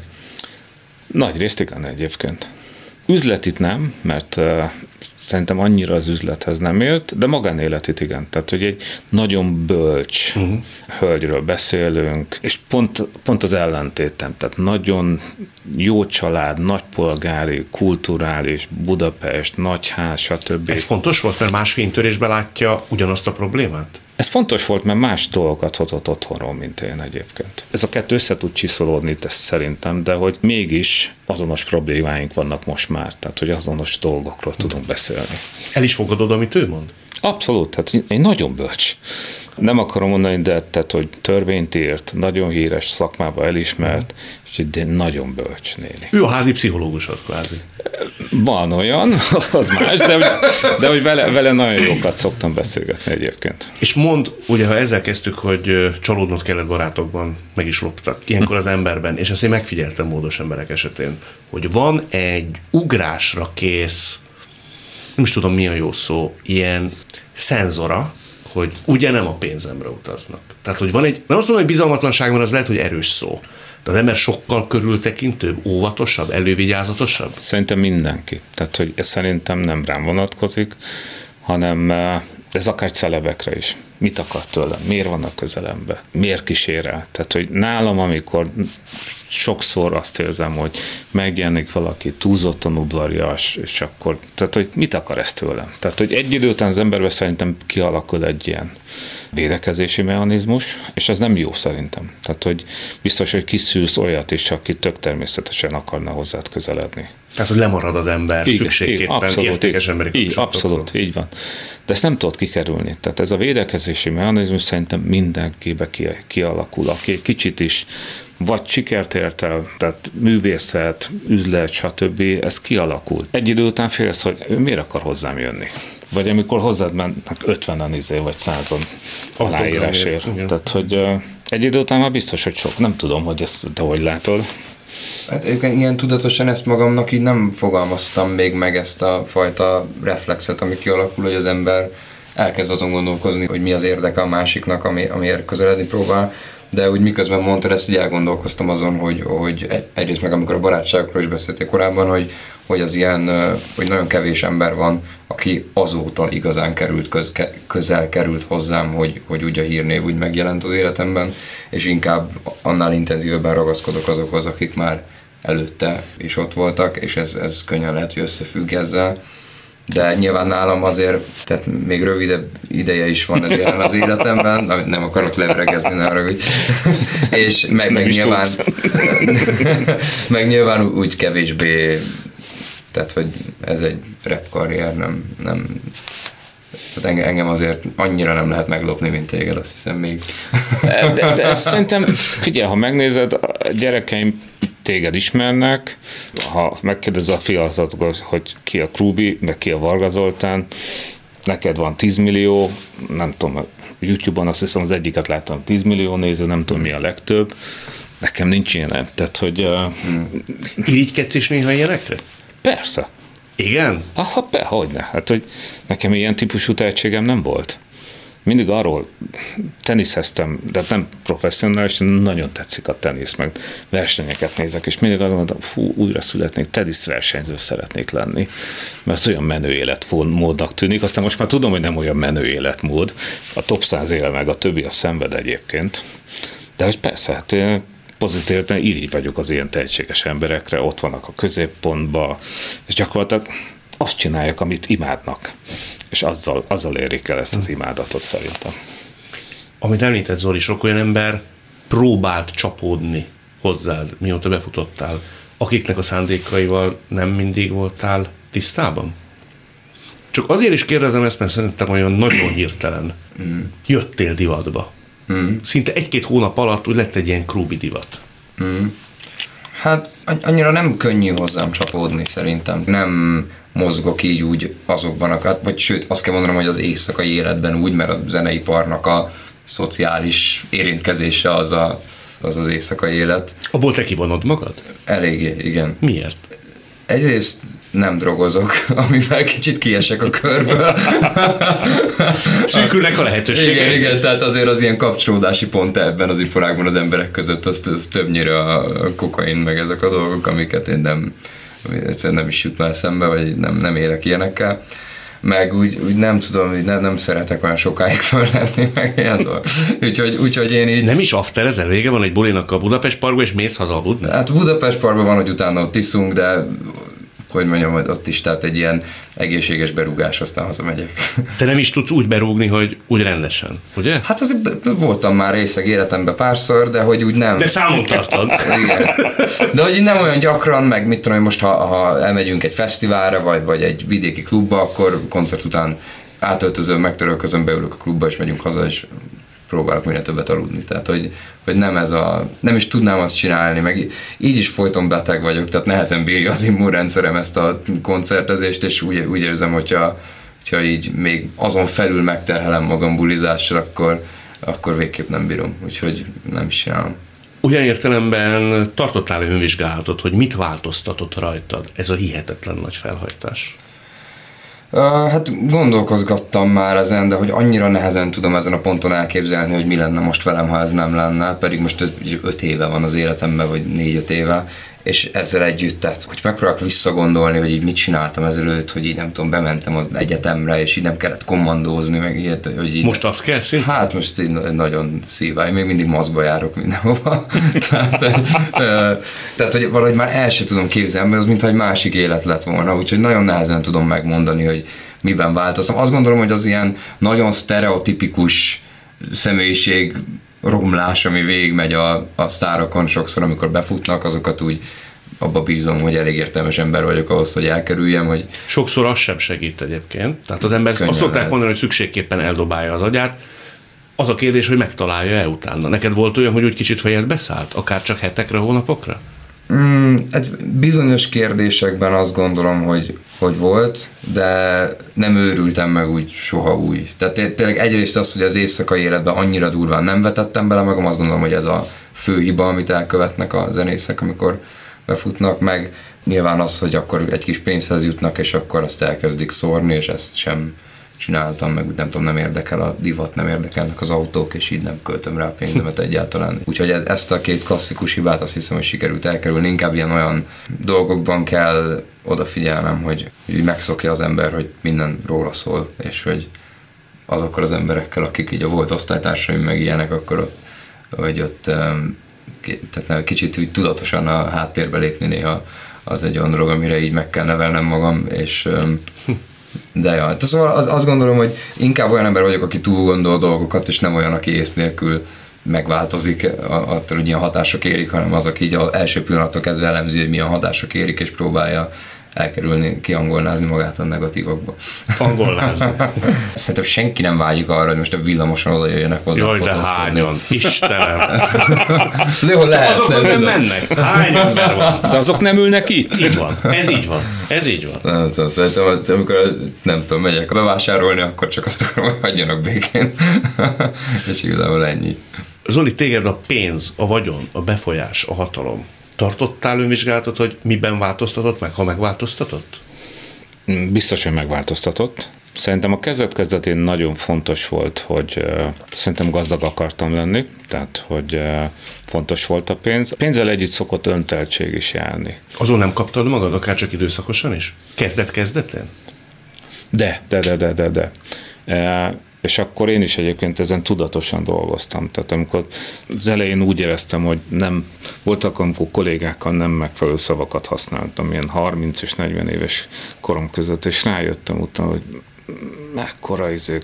Nagy részt igen egyébként. Üzletit nem, mert uh, szerintem annyira az üzlethez nem ért, de magánéletit igen. Tehát, hogy egy nagyon bölcs uh-huh. hölgyről beszélünk, és pont, pont az ellentétem. Tehát nagyon jó család, nagypolgári, kulturális, Budapest, nagyház, stb. Ez fontos volt, mert más fénytörésben látja ugyanazt a problémát? Ez fontos volt, mert más dolgokat hozott otthonról, mint én egyébként. Ez a kettő össze tud csiszolódni, szerintem, de hogy mégis azonos problémáink vannak most már, tehát hogy azonos dolgokról tudunk beszélni. El is fogadod, amit ő mond? Abszolút, hát egy nagyon bölcs. Nem akarom mondani, de tehát, hogy törvényt írt, nagyon híres szakmában elismert, és egy nagyon bölcs néni. Ő a házi pszichológusod kvázi. Van olyan, az más, de, de hogy vele, vele nagyon jókat szoktam beszélgetni egyébként. És mond, ugye ha ezzel kezdtük, hogy csalódnod kellett barátokban, meg is loptak, ilyenkor az emberben, és ezt én megfigyeltem módos emberek esetén, hogy van egy ugrásra kész, nem is tudom mi a jó szó, ilyen szenzora, hogy ugye nem a pénzemre utaznak. Tehát, hogy van egy, nem azt mondom, hogy bizalmatlanság van, az lehet, hogy erős szó. De az ember sokkal körültekintőbb, óvatosabb, elővigyázatosabb? Szerintem mindenki. Tehát, hogy ez szerintem nem rám vonatkozik, hanem De ez akár celebekre is. Mit akar tőlem? Miért vannak közelembe? Miért kísérel? Tehát, hogy nálam, amikor sokszor azt érzem, hogy megjelenik valaki túlzottan udvarias, és akkor, tehát, hogy mit akar ezt tőlem? Tehát, hogy egy idő után az emberben szerintem kialakul egy ilyen védekezési mechanizmus, és ez nem jó szerintem. Tehát, hogy biztos, hogy kiszűrsz olyat is, aki tök természetesen akarna hozzád közeledni. Tehát, hogy lemarad az ember igen, szükségképpen abszolút, értékes emberi kapcsolatokról. Abszolút, így van. De ezt nem tudod kikerülni. Tehát ez a védekezési mechanizmus szerintem mindenkibe kialakul, aki egy kicsit is vagy sikert ért el, tehát művészet, üzlet, stb. Ez kialakul. Egy idő után félsz, hogy ő miért akar hozzám jönni? Vagy amikor hozzád mennek ötvenen izé, vagy százon aláírásért. Tehát, hogy uh, egy idő után már biztos, hogy sok. Nem tudom, hogy ezt te hogy látod. Hát ilyen tudatosan ezt magamnak így nem fogalmaztam még meg, ezt a fajta reflexet, ami kialakul, hogy az ember elkezd azon gondolkozni, hogy mi az érdeke a másiknak, ami, amiért közeledni próbál. De úgy miközben mondtad ezt, hogy elgondolkoztam azon, hogy, hogy egyrészt meg amikor a barátságokról is beszéltél korábban, hogy, hogy az ilyen, hogy nagyon kevés ember van, aki azóta igazán került köz, közel került hozzám, hogy, hogy úgy a hírnév úgy megjelent az életemben, és inkább annál intenzívebben ragaszkodok azokhoz, akik már előtte is ott voltak, és ez, ez könnyen lehet, hogy összefügg ezzel. De nyilván nálam azért, tehát még rövidebb ideje is van ez jelen az életemben, nem akarok leveregezni, nem arra, hogy... és meg, meg, nyilván, meg nyilván úgy kevésbé, tehát hogy ez egy rap karrier, nem, nem tehát engem azért annyira nem lehet meglopni, mint téged, azt hiszem még. De, de ezt szerintem, figyelj, ha megnézed, a gyerekeim téged ismernek, ha megkérdez a fiatalokat, hogy ki a Krúbi, meg ki a Varga Zoltán, neked van tíz millió, nem tudom, YouTube-on azt hiszem az egyiket láttam tíz millió néző, nem tudom mi a legtöbb, nekem nincs ilyen, tehát hogy... Uh, hmm. Irigykedsz is néha ilyenekre? Persze. Igen? Aha, be, hogyne. Hát, hogy nekem ilyen típusú tehetségem nem volt. Mindig arról teniszeztem, de nem professzionális, nagyon tetszik a tenisz, meg versenyeket nézek, és mindig azt mondom, fú, újra születnék, teniszversenyző szeretnék lenni, mert ez olyan menő életmódnak tűnik, aztán most már tudom, hogy nem olyan menő életmód, a top száz él meg, a többi a szenved egyébként, de hogy persze, hát pozitívan irigy vagyok az ilyen tehetséges emberekre, ott vannak a középpontba, és gyakorlatilag azt csinálják, amit imádnak. És azzal, azzal érik el ezt az imádatot szerintem. Amit említett Zoli, sok olyan ember próbált csapódni hozzád, mióta befutottál, akiknek a szándékaival nem mindig voltál tisztában? Csak azért is kérdezem ezt, mert szerintem olyan nagyon hirtelen mm. jöttél divatba. Mm. Szinte egy-két hónap alatt úgy lett egy ilyen Krúbi divat. Mm. Hát annyira nem könnyű hozzám csapódni szerintem. Nem mozgok így úgy azokban, a, vagy sőt azt kell mondanom, hogy az éjszakai életben úgy, mert a zeneiparnak a szociális érintkezése az a, az, az éjszakai élet. Abból te kivonod magad? Eléggé, igen. Miért? Egyrészt nem drogozok, amivel kicsit kiesek a körből. Szűkülnek a lehetőségek. Igen, igen, tehát azért az ilyen kapcsolódási pont ebben az iparágban az emberek között, az, az többnyire a kokain, meg ezek a dolgok, amiket én nem, egyszerűen nem is jut már szembe, vagy nem, nem élek ilyenekkel. Meg úgy, úgy nem tudom, úgy nem, nem szeretek olyan sokáig föl lenni, meg ilyen dolgok. Úgyhogy, úgyhogy én így... Nem is afterezel? Vége van egy bulinak a Budapest Parkban, és mész haza aludni? Hát Budapest Parkban van, hogy utána ott iszunk, de hogy mondjam, ott is, tehát egy ilyen egészséges berúgás, aztán hazamegyek. Te nem is tudsz úgy berúgni, hogy úgy rendesen, ugye? Hát azért voltam már részeg életemben párszor, de hogy úgy nem... De számon tartod. Igen. De hogy nem olyan gyakran, meg mit tudom, most ha, ha elmegyünk egy fesztiválra, vagy, vagy egy vidéki klubba, akkor koncert után átöltözöm, megtörölközöm, beülök a klubba, és megyünk haza, és próbálok minél többet aludni. Tehát, hogy, hogy nem ez a... Nem is tudnám azt csinálni, meg így is folyton beteg vagyok, tehát nehezen bírja az immunrendszerem ezt a koncertezést, és úgy, úgy érzem, hogyha, hogyha így még azon felül megterhelem magam bulizással, akkor, akkor végképp nem bírom. Úgyhogy nem is csinálom. Ugyan értelemben tartottál önvizsgálatot, hogy mit változtatott rajtad ez a hihetetlen nagy felhajtás? Uh, hát gondolkozgattam már ezen, de hogy annyira nehezen tudom ezen a ponton elképzelni, hogy mi lenne most velem, ha ez nem lenne, pedig most ez öt éve van az életemben, vagy négy-öt éve, és ezzel együtt, tehát, hogy megpróbálok visszagondolni, hogy így mit csináltam ezelőtt, hogy így nem tudom, bementem az egyetemre, és így nem kellett kommandózni, meg ilyet, hogy így... Most azt kell szintén? Hát most így nagyon szívány, még mindig maszkba járok mindenhova. tehát, tehát, hogy valahogy már el sem tudom képzelni, mert az mintha egy másik élet lett volna, úgyhogy nagyon nehezen tudom megmondani, hogy miben változtam. Azt gondolom, hogy az ilyen nagyon sztereotipikus személyiség romlás, ami végigmegy a, a sztárokon sokszor, amikor befutnak, azokat úgy abba bízom, hogy elég értelmes ember vagyok ahhoz, hogy elkerüljem, hogy... Sokszor az sem segít egyébként. Tehát az ember azt szokták lehet. mondani, hogy szükségképpen eldobálja az agyát. Az a kérdés, hogy megtalálja-e utána. Neked volt olyan, hogy úgy kicsit fejed beszállt? Akár csak hetekre, hónapokra? Mm, bizonyos kérdésekben azt gondolom, hogy, hogy volt, de nem őrültem meg úgy soha úgy. Tehát tényleg egyrészt az, hogy az éjszakai életben annyira durván nem vetettem bele magam, azt gondolom, hogy ez a fő hiba, amit elkövetnek a zenészek, amikor befutnak, meg nyilván az, hogy akkor egy kis pénzhez jutnak, és akkor azt elkezdik szórni, és ezt sem csináltam, meg úgy nem tudom, nem érdekel a divat, nem érdekelnek az autók, és így nem költöm rá a pénzemet egyáltalán. Úgyhogy ez, ezt a két klasszikus hibát azt hiszem, hogy sikerült elkerülni. Inkább ilyen olyan dolgokban kell odafigyelnem, hogy, hogy megszokja az ember, hogy minden róla szól, és hogy azokkal az emberekkel, akik így a volt osztálytársaim meg ilyenek, akkor ott, hogy ott tehát kicsit úgy tudatosan a háttérbe lépni néha az egy olyan dolog, amire így meg kell nevelnem magam, és de ja, tehát szóval az, azt gondolom, hogy inkább olyan ember vagyok, aki túl gondol dolgokat, és nem olyan, aki ész nélkül megváltozik attól, hogy ilyen hatások érik, hanem az, aki így az első pillanattól kezdve elemzi, hogy milyen hatások érik, és próbálja elkerülni, kiangolnázni magát a negatívokba. Angolnázni. Szerintem senki nem vágyik arra, hogy most a villamoson oda jöjjenek hozzá. Jaj, de hányan! Istenem! De hol lehet? Azok nem mennek. Hány ember van? De azok nem ülnek itt? Így van. Ez így van. Ez így van. Nem tudom, szerintem, amikor nem tudom, megyek bevásárolni, akkor csak azt akarom, hogy hagyjanak békén. És igazából ennyi. Zoli, téged a pénz, a vagyon, a befolyás, a hatalom. Tartottál önvizsgálatot, hogy miben változtatott meg, ha megváltoztatott? Biztos, hogy megváltoztatott. Szerintem a kezdet-kezdetén nagyon fontos volt, hogy uh, szerintem gazdag akartam lenni, tehát hogy uh, fontos volt a pénz. A pénzzel együtt szokott önteltség is járni. Azon nem kaptad magad, akár csak időszakosan is? Kezdet-kezdetén? De, de, de, de, de. de. Uh, és akkor én is egyébként ezen tudatosan dolgoztam. Tehát amikor az elején úgy éreztem, hogy nem, voltak, amikor kollégákkal nem megfelelő szavakat használtam, ilyen harminc és negyven éves korom között, és rájöttem utána, hogy mekkora izé,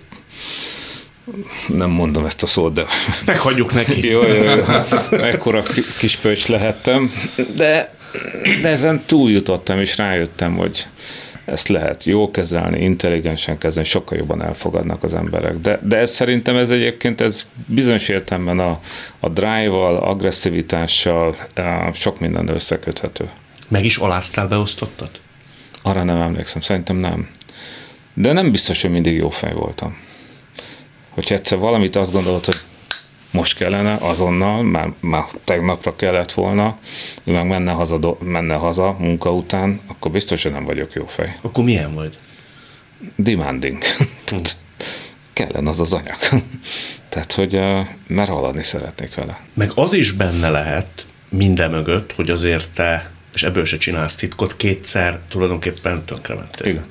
nem mondom ezt a szót, de... Meghagyjuk neki. Jó, jó, jó. Mekkora kispöcs lehettem, de, de ezen túljutottam, és rájöttem, hogy ezt lehet jól kezelni, intelligensen kezelni, sokkal jobban elfogadnak az emberek. De, de ez szerintem ez egyébként ez bizonyos értelemben a, a drive-val, agresszivitással sok minden összeköthető. Meg is aláztál, beosztottad? Arra nem emlékszem, szerintem nem. De nem biztos, hogy mindig jó fej voltam. Hogyha egyszer valamit azt gondolod, hogy most kellene, azonnal, már, már tegnapra kellett volna, ő meg menne haza, menne haza munka után, akkor biztos, hogy nem vagyok jó fej. Akkor milyen vagy? Demanding. Tehát kellene az az anyag. Tehát, hogy már haladni szeretnék vele. Meg az is benne lehet minden mögött, hogy azért te, és ebből se csinálsz titkot, kétszer tulajdonképpen tönkrementél. Igen.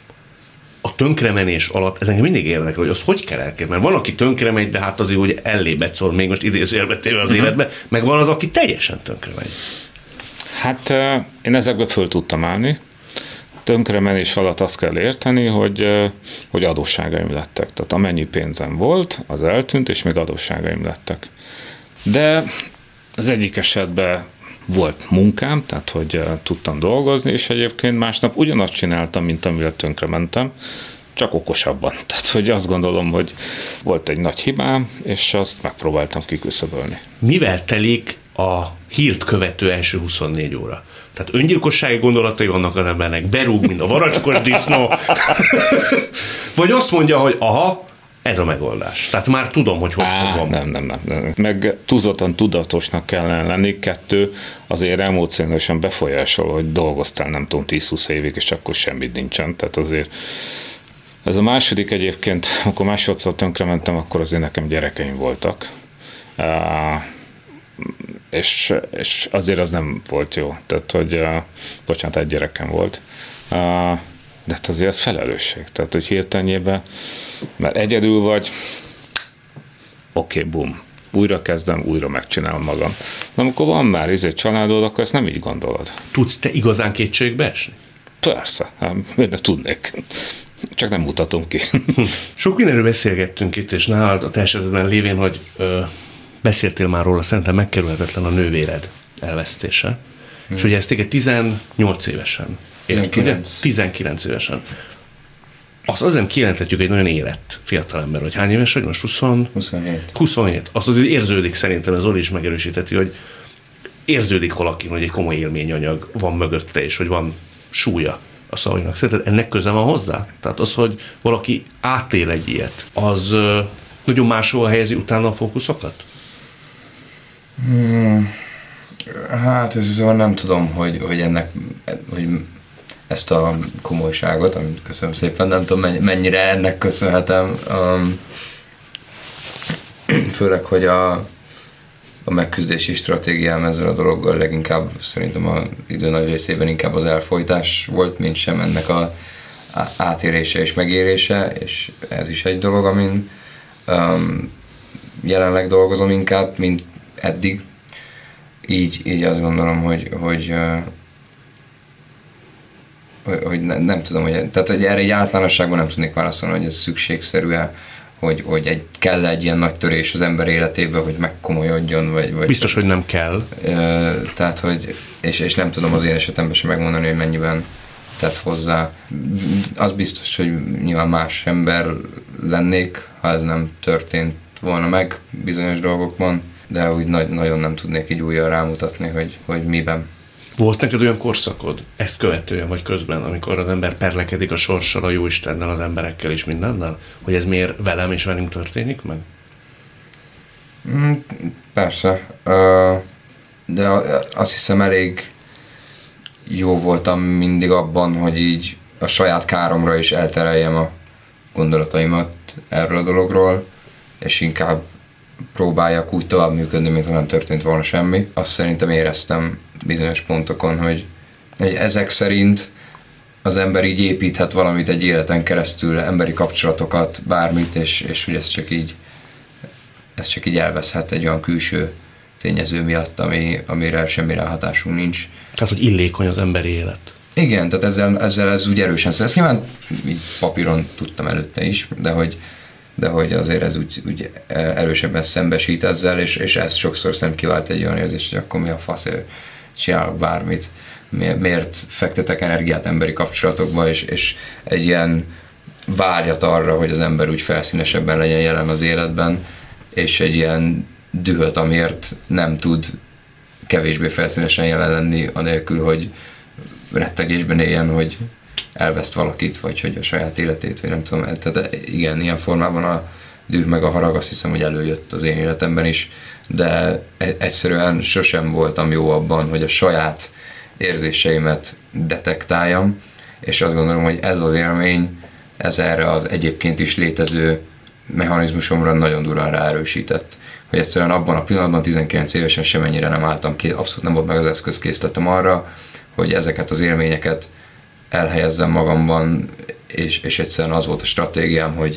A tönkremenés alatt, ez engem mindig érdekel, hogy az hogy kell elképzelni. Mert van, aki tönkremegy, de hát azért úgy ellébet szól, még most idézőjelbe téve az uh-huh. életbe, meg van az, aki teljesen tönkremegy. Hát én ezekbe föl tudtam állni. Tönkremenés alatt azt kell érteni, hogy, hogy adósságaim lettek. Tehát amennyi pénzem volt, az eltűnt, és még adósságaim lettek. De az egyik esetben volt munkám, tehát hogy uh, tudtam dolgozni, és egyébként másnap ugyanazt csináltam, mint amire tönkrementem, csak okosabban. Tehát, hogy azt gondolom, hogy volt egy nagy hibám, és azt megpróbáltam kiküszöbölni. Mivel telik a hírt követő első huszonnégy óra? Tehát öngyilkossági gondolatai vannak az embernek, berúg, mint a varacskos disznó, vagy azt mondja, hogy aha, ez a megoldás. Tehát már tudom, hogy hogy Á, fogom. Nem, nem, nem, nem. Meg túlzottan tudatosnak kellene lenni. Kettő, azért emóciósan befolyásol, hogy dolgoztál, nem tudom, tíz-húsz évig, és akkor semmit nincsen. Tehát azért ez a második egyébként, amikor másodszor tönkrementem, akkor azért nekem gyerekeim voltak. és, és azért az nem volt jó. Tehát, hogy uh, bocsánat, egy gyerekem volt. Uh, de hát azért az felelősség. Tehát, hogy hirtelenjében, mert egyedül vagy, oké, okay, bum. Újra kezdem, újra megcsinálom magam. De amikor van már egy családod, akkor ezt nem így gondolod. Tudsz te igazán kétségbe esni? Persze, miért ne tudnék. Csak nem mutatom ki. Sok mindenről beszélgettünk itt, és nálad a te esetben lévén, hogy ö, beszéltél már róla, szerintem megkerülhetetlen a nővéred elvesztése. Hmm. És ugye ezt téged tizennyolc évesen ért, ugye? tizenkilenc évesen. Azt azért kijelentetjük egy nagyon érett fiatalember, hogy hány éves vagy most? húsz... huszonhét. huszonhét. Azt azért érződik szerintem, ez Zoli is megerősíteti, hogy érződik valakin, hogy egy komoly élményanyag van mögötte, és hogy van súlya a szavainak. Szerinted ennek köze van hozzá? Tehát az, hogy valaki átél egy ilyet, az nagyon máshol helyezi utána a fókuszokat? Hmm. Hát szóval nem tudom, hogy, hogy ennek, hogy ezt a komolyságot, amit köszönöm szépen, nem tudom mennyire ennek köszönhetem. Um, főleg, hogy a, a megküzdési stratégiám ezzel a dologgal leginkább szerintem az idő nagy részében inkább az elfojtás volt, mint sem ennek a átélése és megélése, és ez is egy dolog, amin um, jelenleg dolgozom inkább, mint eddig. Így, így azt gondolom, hogy, hogy, uh, hogy, hogy ne, nem tudom, hogy, tehát hogy erre egy általánosságban nem tudnék válaszolni, hogy ez szükségszerű-e, hogy, hogy egy, kell egy ilyen nagy törés az ember életébe, hogy megkomolyodjon, vagy... vagy biztos, hogy nem kell. Uh, tehát, hogy, és, és nem tudom az én esetemben sem megmondani, hogy mennyiben tett hozzá. Az biztos, hogy nyilván más ember lennék, ha ez nem történt volna meg bizonyos dolgokban, de úgy nagy, nagyon nem tudnék így újra rámutatni, hogy, hogy miben. Volt neked olyan korszakod, ezt követően vagy közben, amikor az ember perlekedik a sorssal, a jóistennel, az emberekkel és mindennel, hogy ez miért velem és velünk történik meg? Mm, persze, de azt hiszem elég jó voltam mindig abban, hogy így a saját káromra is eltereljem a gondolataimat erről a dologról, és inkább próbáljak úgy tovább működni, mintha nem történt volna semmi. Azt szerintem éreztem bizonyos pontokon, hogy, hogy ezek szerint az ember így építhet valamit egy életen keresztül, emberi kapcsolatokat, bármit, és, és hogy ez csak így ez csak így elveszhet egy olyan külső tényező miatt, ami, amire semmire hatásunk nincs. Tehát, hogy illékony az emberi élet. Igen, tehát ezzel, ezzel ez úgy erősen szesz. Nyilván így papíron tudtam előtte is, de hogy de hogy azért ez úgy, úgy erősebben szembesít ezzel, és, és ez sokszor szem kivált egy olyan érzés, hogy akkor mi a fasz, csinálok bármit, miért fektetek energiát emberi kapcsolatokba, és, és egy ilyen vágyat arra, hogy az ember úgy felszínesebben legyen jelen az életben, és egy ilyen dühöt, amiért nem tud kevésbé felszínesen jelen lenni, anélkül, hogy rettegésben éljen, hogy elveszt valakit, vagy hogy a saját életét, vagy nem tudom. Tehát igen, ilyen formában a düh meg a harag azt hiszem, hogy előjött az én életemben is, de egyszerűen sosem voltam jó abban, hogy a saját érzéseimet detektáljam, és azt gondolom, hogy ez az élmény, ez erre az egyébként is létező mechanizmusomra nagyon durván ráerősített. Hogy egyszerűen abban a pillanatban tizenkilenc évesen semennyire nem álltam ki, abszolút nem volt meg az eszközkészletem arra, hogy ezeket az élményeket elhelyezzem magamban, és, és egyszerűen az volt a stratégiám, hogy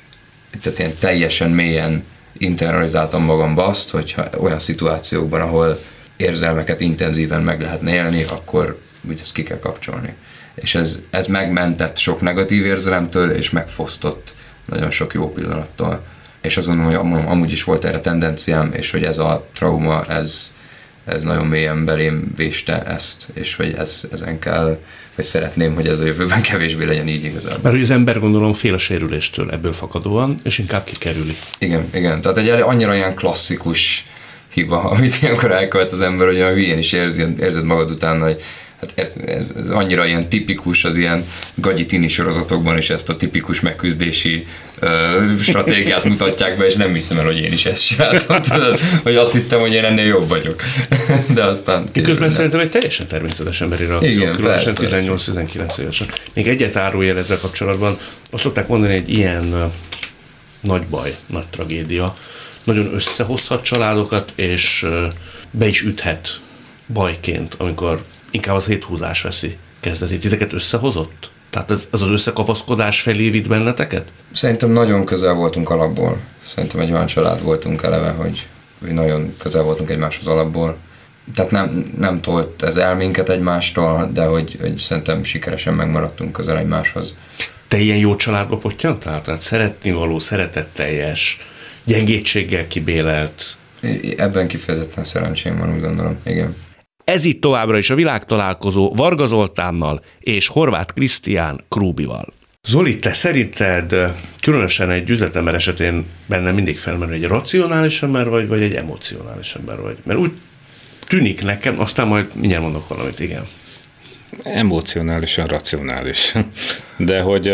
tehát ilyen teljesen mélyen internalizáltam magamba azt, hogyha olyan szituációkban, ahol érzelmeket intenzíven meg lehetne élni, akkor úgy ezt ki kell kapcsolni. És ez, ez megmentett sok negatív érzelemtől, és megfosztott nagyon sok jó pillanattól. És azt gondolom, hogy amúgy is volt erre tendenciám, és hogy ez a trauma, ez, ez nagyon mélyen belém véste ezt, és hogy ez, ezen kell, vagy szeretném, hogy ez a jövőben kevésbé legyen így igazából. Mert hogy az ember gondolom fél a sérüléstől ebből fakadóan, és inkább kikerüli. Igen, igen. Tehát egy annyira ilyen klasszikus hiba, amit ilyenkor elkövet az ember, hogy olyan hülyén is érzi, érzed magad utána, hogy hát ez, ez annyira ilyen tipikus az ilyen gagyi tini sorozatokban is ezt a tipikus megküzdési ö, stratégiát mutatják be, és nem hiszem el, hogy én is ezt csináltam, tudod, hogy azt hittem, hogy én ennél jobb vagyok. De aztán... Miközben szerintem egy teljesen természetes emberi reakció, különösen tizennyolc-tizenkilenc évesen. Még egyet árulj el ezzel kapcsolatban, azt szokták mondani, egy ilyen uh, nagy baj, nagy tragédia, nagyon összehozhat családokat, és uh, be is üthet bajként, amikor inkább az héthúzás veszi kezdetét. Titeket összehozott? Tehát ez, ez az összekapaszkodás felé vitt benneteket? Szerintem nagyon közel voltunk alapból. Szerintem egy olyan család voltunk eleve, hogy, hogy nagyon közel voltunk egymáshoz alapból. Tehát nem, nem tolt ez el minket egymástól, de hogy, hogy szerintem sikeresen megmaradtunk közel egymáshoz. Te ilyen jó családba pottyantál? Tehát szeretnivaló, szeretetteljes, gyengétséggel kibélelt? Ebben kifejezetten szerencsém van, úgy gondolom, igen. Ez itt továbbra is a világtalálkozó Varga Zoltánnal és Horváth Krisztián Krúbival. Zoli, te szerinted különösen egy üzletember esetén bennem mindig felmerül, egy racionális ember vagy, vagy egy emocionális ember vagy? Mert úgy tűnik nekem, aztán majd mindjárt mondok valamit, igen. Emocionálisan racionális. De hogy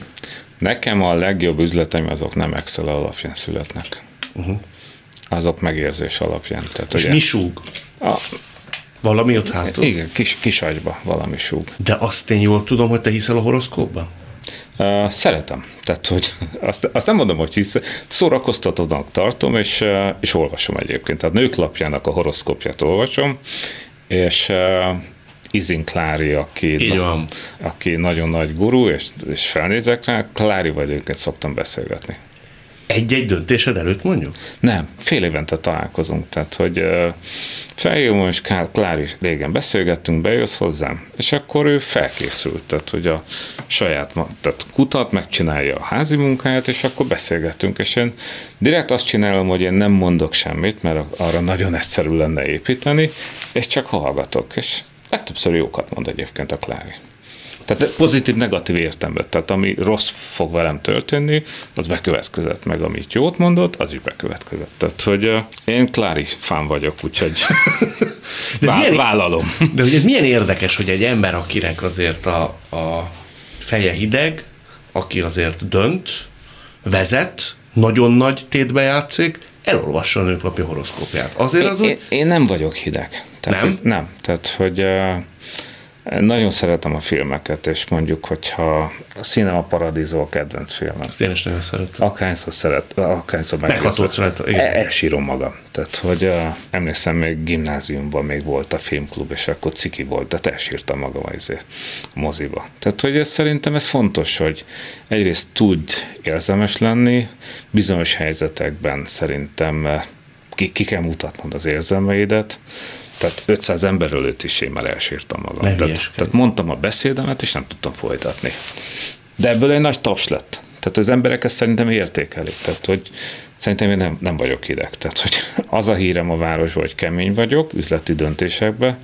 nekem a legjobb üzleteim azok nem Excel alapján születnek. Uh-huh. Azok megérzés alapján. Tehát, és ugye, mi súg? A, valami ott hátul? Igen, kis, kis agyba valami súg. De azt én jól tudom, hogy te hiszel a horoszkópban? Uh, szeretem. Tehát, hogy azt, azt nem mondom, hogy hisz, szórakoztatónak tartom, és, uh, és olvasom egyébként. Tehát Nők lapjának a horoszkópját olvasom, és uh, Izin Klári, aki, na, aki nagyon nagy gurú, és, és felnézek rá, Klárival őket szoktam beszélgetni. Egy-egy döntésed előtt mondjuk? Nem, fél évente találkozunk, tehát hogy uh, feljövöm, és Klári régen beszélgettünk, bejössz hozzám, és akkor ő felkészült, tehát hogy a saját, tehát kutat, megcsinálja a házi munkáját, és akkor beszélgettünk, és én direkt azt csinálom, hogy én nem mondok semmit, mert arra nagyon egyszerű lenne építeni, és csak hallgatok, és legtöbbször jókat mond egyébként a Klári. Tehát pozitív-negatív értelemben. Tehát ami rossz fog velem történni, az bekövetkezett, meg amit jót mondott, az is bekövetkezett. Tehát, hogy uh, én Klári fán vagyok, úgyhogy vá- milyen, vállalom. De hogy ez milyen érdekes, hogy egy ember, akinek azért a, a feje hideg, aki azért dönt, vezet, nagyon nagy tétbe játszik, elolvassa a Nőklapi horoszkópját. Azért az én, úgy... én nem vagyok hideg. Tehát, nem? Ez, nem. Tehát, hogy... Uh, nagyon szeretem a filmeket, és mondjuk, hogyha a Cinema Paradiso a kedvenc filmem. Azt én is nagyon szeretem. Akárhányszor szeret, akárhányszor meghatodsz rajta. Elsírom magam. Tehát, hogy uh, emlékszem, még gimnáziumban még volt a filmklub, és akkor ciki volt, tehát elsírtam magam azért a moziba. Tehát, hogy ez, szerintem ez fontos, hogy egyrészt tud érzelmes lenni, bizonyos helyzetekben szerintem ki, ki kell mutatnod az érzelmeidet. Tehát ötszáz ember előtt is én már elsírtam magam. Tehát, tehát mondtam a beszédemet, és nem tudtam folytatni. De ebből egy nagy taps lett. Tehát az emberek ezt szerintem értékelik. Tehát, hogy szerintem én nem, nem vagyok hideg. Tehát, hogy az a hírem a városban, hogy kemény vagyok, üzleti döntésekben,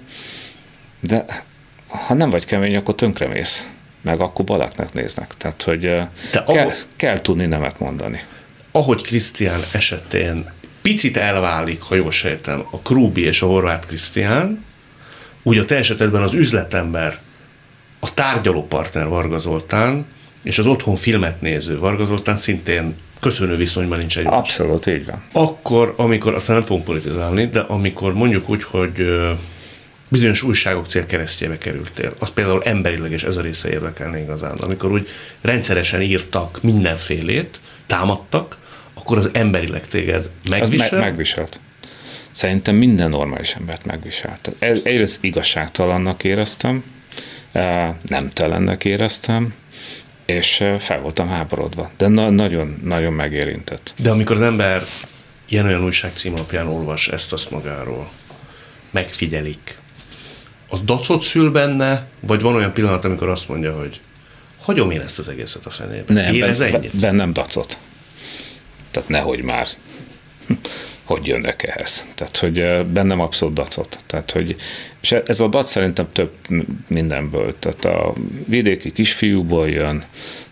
de ha nem vagy kemény, akkor tönkremész. Meg akkor balaknak néznek. Tehát, hogy kell, ahogy, kell tudni nemet mondani. Ahogy Krisztián esetén picit elválik, ha jól sejtem, a Krúbi és a Horváth Krisztián, úgy a te esetedben az üzletember, a tárgyalópartner Varga Zoltán, és az otthon filmet néző Varga Zoltán szintén köszönő viszonyban nincs egymás. Abszolút, így van. Akkor, amikor, aztán nem fogunk politizálni, de amikor mondjuk úgy, hogy bizonyos újságok célkeresztjébe kerültél, az például emberileg, és ez a része érdekelne igazán, amikor úgy rendszeresen írtak mindenfélét, támadtak, akkor az emberileg téged megvisel? Me- megviselt. Szerintem minden normális embert megviselt. Egyrészt igazságtalannak éreztem, nemtelennek éreztem, és fel voltam háborodva. De na- nagyon, nagyon megérintett. De amikor az ember ilyen-olyan újság címlapján olvas ezt-azt magáról, megfigyelik, az dacot szül benne, vagy van olyan pillanat, amikor azt mondja, hogy hagyom én ezt az egészet a fenébe? Nem, Érez ben, ennyit? bennem dacot. Tehát nehogy már, hogy jönnek ehhez. Tehát, hogy bennem abszolút dacot. Tehát, hogy, és ez a dac szerintem több mindenből. Tehát a vidéki kisfiúból jön,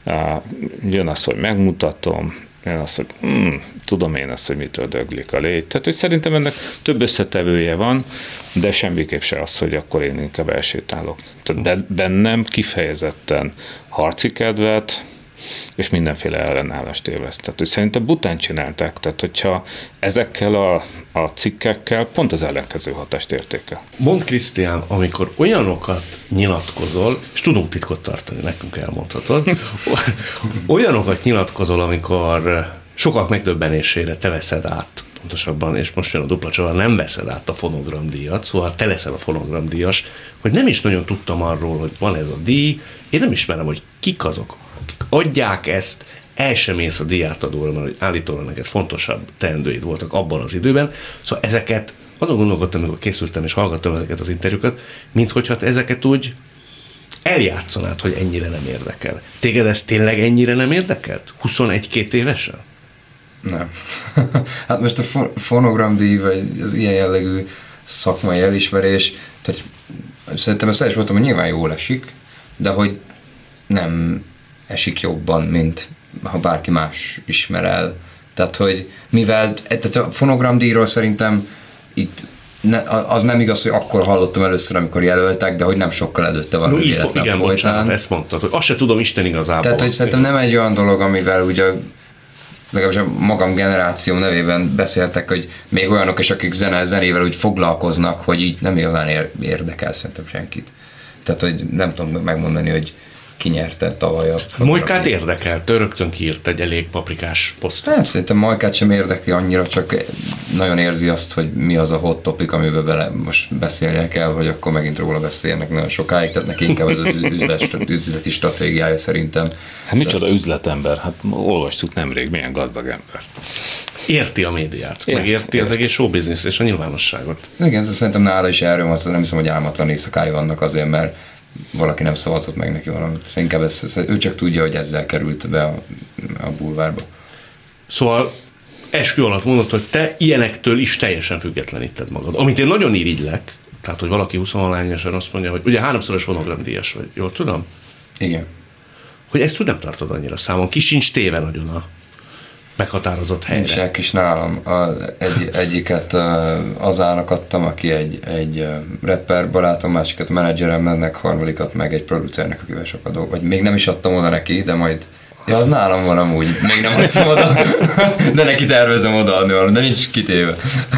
jön az, hogy megmutatom, jön az, hogy mm, tudom én azt, hogy mitől döglik a légy. Tehát, hogy szerintem ennek több összetevője van, de semmiképp se az, hogy akkor én inkább elsétálok. Tehát bennem kifejezetten harci kedvet, és mindenféle ellenállást élvez. Tehát, hogy szerintem bután csinálták, tehát hogyha ezekkel a, a cikkekkel pont az ellenkező hatást érték el. Mondd, Krisztián, amikor olyanokat nyilatkozol, és tudunk titkot tartani, nekünk elmondhatod, olyanokat nyilatkozol, amikor sokak megdöbbenésére te veszed át pontosabban, és most jön a dupla csavar, nem veszed át a fonogramdíjat, szóval te leszel a fonogramdíjas, hogy nem is nagyon tudtam arról, hogy van ez a díj, én nem ismerem, hogy kik azok, akik adják ezt, el sem ész a díjátadóra, mert állítólag neked fontosabb teendőid voltak abban az időben, szóval ezeket, azon gondolkodtam, amikor készültem és hallgattam ezeket az interjúkat, mint hogyha ezeket úgy eljátszanád, hogy ennyire nem érdekel. Téged ez tényleg ennyire nem érdekelt? huszonegy-két évesen? Nem. Hát most a fonogramdíj, vagy az ilyen jellegű szakmai elismerés, tehát szerintem ezt el is mondtam, hogy nyilván jól esik, de hogy nem esik jobban, mint ha bárki más ismer el. Tehát, hogy mivel, tehát a fonogramdíjról szerintem itt ne, az nem igaz, hogy akkor hallottam először, amikor jelöltek, de hogy nem sokkal előtte van. No, így fog, igen, folytán. Bocsánat, ezt mondtad, hogy azt se tudom Isten igazából. Tehát, hogy szerintem nem egy olyan dolog, amivel ugye legalábbis a magam generáció nevében beszéltek, hogy még olyanok is, akik zene, zenével úgy foglalkoznak, hogy így nem igazán érdekel szerintem senkit. Tehát, hogy nem tudom megmondani, hogy ki nyerte tavaly a... Molykát érdekelt, rögtön kiírt egy elég paprikás posztot. Hát, szerintem Molykát sem érdekli annyira, csak nagyon érzi azt, hogy mi az a hot topic, amiben bele most beszélnie kell, hogy akkor megint róla beszélnek nagyon sokáig, tehát neki inkább ez az üzlet, üzleti stratégiája szerintem. Hát micsoda üzletember, hát olvastuk nemrég, milyen gazdag ember. Érti a médiát, ért, meg érti ért. az egész showbizniszt és a nyilvánosságot. Igen, szerintem nála is erről van, nem hiszem, hogy álmatlan éjszakái vannak azért, mert valaki nem szavazott meg neki valamit. Inkább ez, ez, ő csak tudja, hogy ezzel került be a, a bulvárba. Szóval eskü alatt mondod, hogy te ilyenektől is teljesen függetleníted magad. Amit én nagyon irigylek, tehát, hogy valaki huszonvalányosan azt mondja, hogy ugye háromszoros fonogramdíjas vagy, jól tudom? Igen. Hogy ezt nem tartod annyira számon. Ki sincs téve nagyon a meghatározott helyre. Nincsenek is nálam. A, egy, egyiket az állnak adtam, aki egy, egy rapper barátom, másikat menedzseremnek, harmadikat meg egy producernek, akivel sokat dolgok. Vagy még nem is adtam oda neki, de majd ja, az nálam van amúgy. Még nem adtam oda, de neki tervezem odaadni valamit, de nincs kitéve.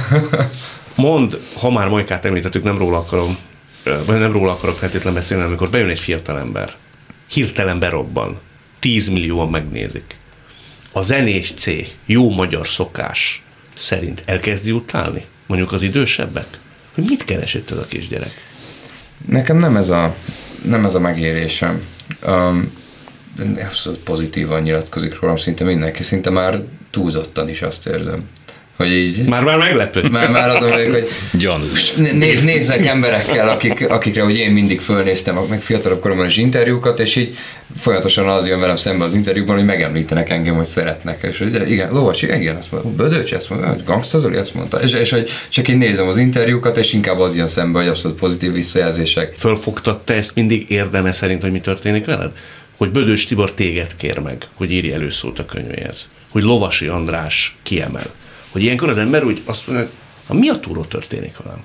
Mondd, ha már Molykát említettük, nem róla akarom, vagy nem róla akarok feltétlenül beszélni, amikor bejön egy fiatalember, hirtelen berobban, tízmillióan megnézik. A zenés C jó magyar szokás szerint elkezdi utálni? Mondjuk az idősebbek? Hogy mit keres itt ez a kisgyerek? Nekem nem ez a, nem ez a megélésem. Um, abszolút pozitívan nyilatkozik rólam szinte mindenki, szinte már túlzottan is azt érzem. Hogy így, már már meglepő. Már, már azon vagyok, hogy gyanús. Néz, nézzek emberekkel, akik, akikre hogy én mindig fölnéztem, meg fiatalabb koromban is interjúkat, és így folyamatosan az jön velem szembe az interjúkban, hogy megemlítenek engem, hogy szeretnek. És hogy igen, Lovasi, igen, azt mondta, Bödöcs, azt mondta, Gangsta Zoli, azt mondta. És, és hogy csak én nézem az interjúkat, és inkább az jön szembe, hogy abszolút pozitív visszajelzések. Fölfogtad te ezt mindig érdeme szerint, hogy mi történik veled? Hogy Bödöcs Tibor téged kér meg, hogy írj előszót a könyvéhez. Hogy Lovasi András kiemel. Hogy ilyenkor az ember úgy azt mondja, hogy mi a túró történik velem?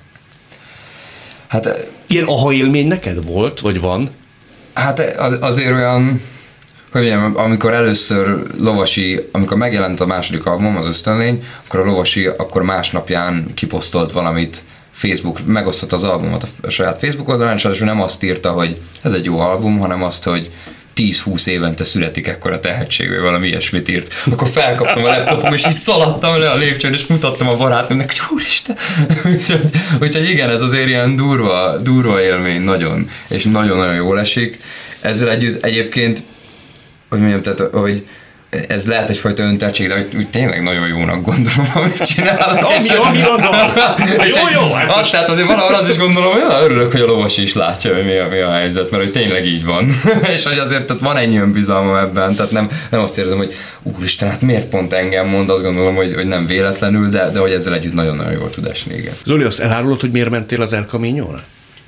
Hát, ilyen aha élmény neked volt, vagy van? Hát az, azért olyan, hogy mondjam, amikor először Lovasi, amikor megjelent a második album, az Ösztönlény, akkor a Lovasi akkor másnapján kiposztolt valamit Facebook, megosztott az albumot a saját Facebook oldalán, és nem azt írta, hogy ez egy jó album, hanem azt, hogy tíz-húsz évente születik ekkora tehetség, vagy valami ilyesmit írt. Akkor felkaptam a laptopom, és így szaladtam le a lépcsőn, és mutattam a barátnőmnek, hogy úristen! úgyhogy, úgyhogy igen, ez azért ilyen durva, durva élmény, nagyon, és nagyon-nagyon jól esik. Ezzel együtt egyébként, hogy mondjam, tehát, hogy ez lehet egyfajta öntettség, de hogy, hogy tényleg nagyon jónak gondolom, amit csinálok. Ami, ami gondolom. Jó, jó. Az, tehát azért valahol az is gondolom, hogy olyan örülök, hogy a Lovasi is látja, hogy mi a, mi a helyzet, mert hogy tényleg így van. És hogy azért tehát van ennyi önbizalmam ebben, tehát nem, nem azt érzem, hogy úristen, hát miért pont engem mond, azt gondolom, hogy, hogy nem véletlenül, de, de hogy ezzel együtt nagyon-nagyon jól tud esni, igen. Zoli, azt elárulod, hogy miért mentél az El Camino-ra?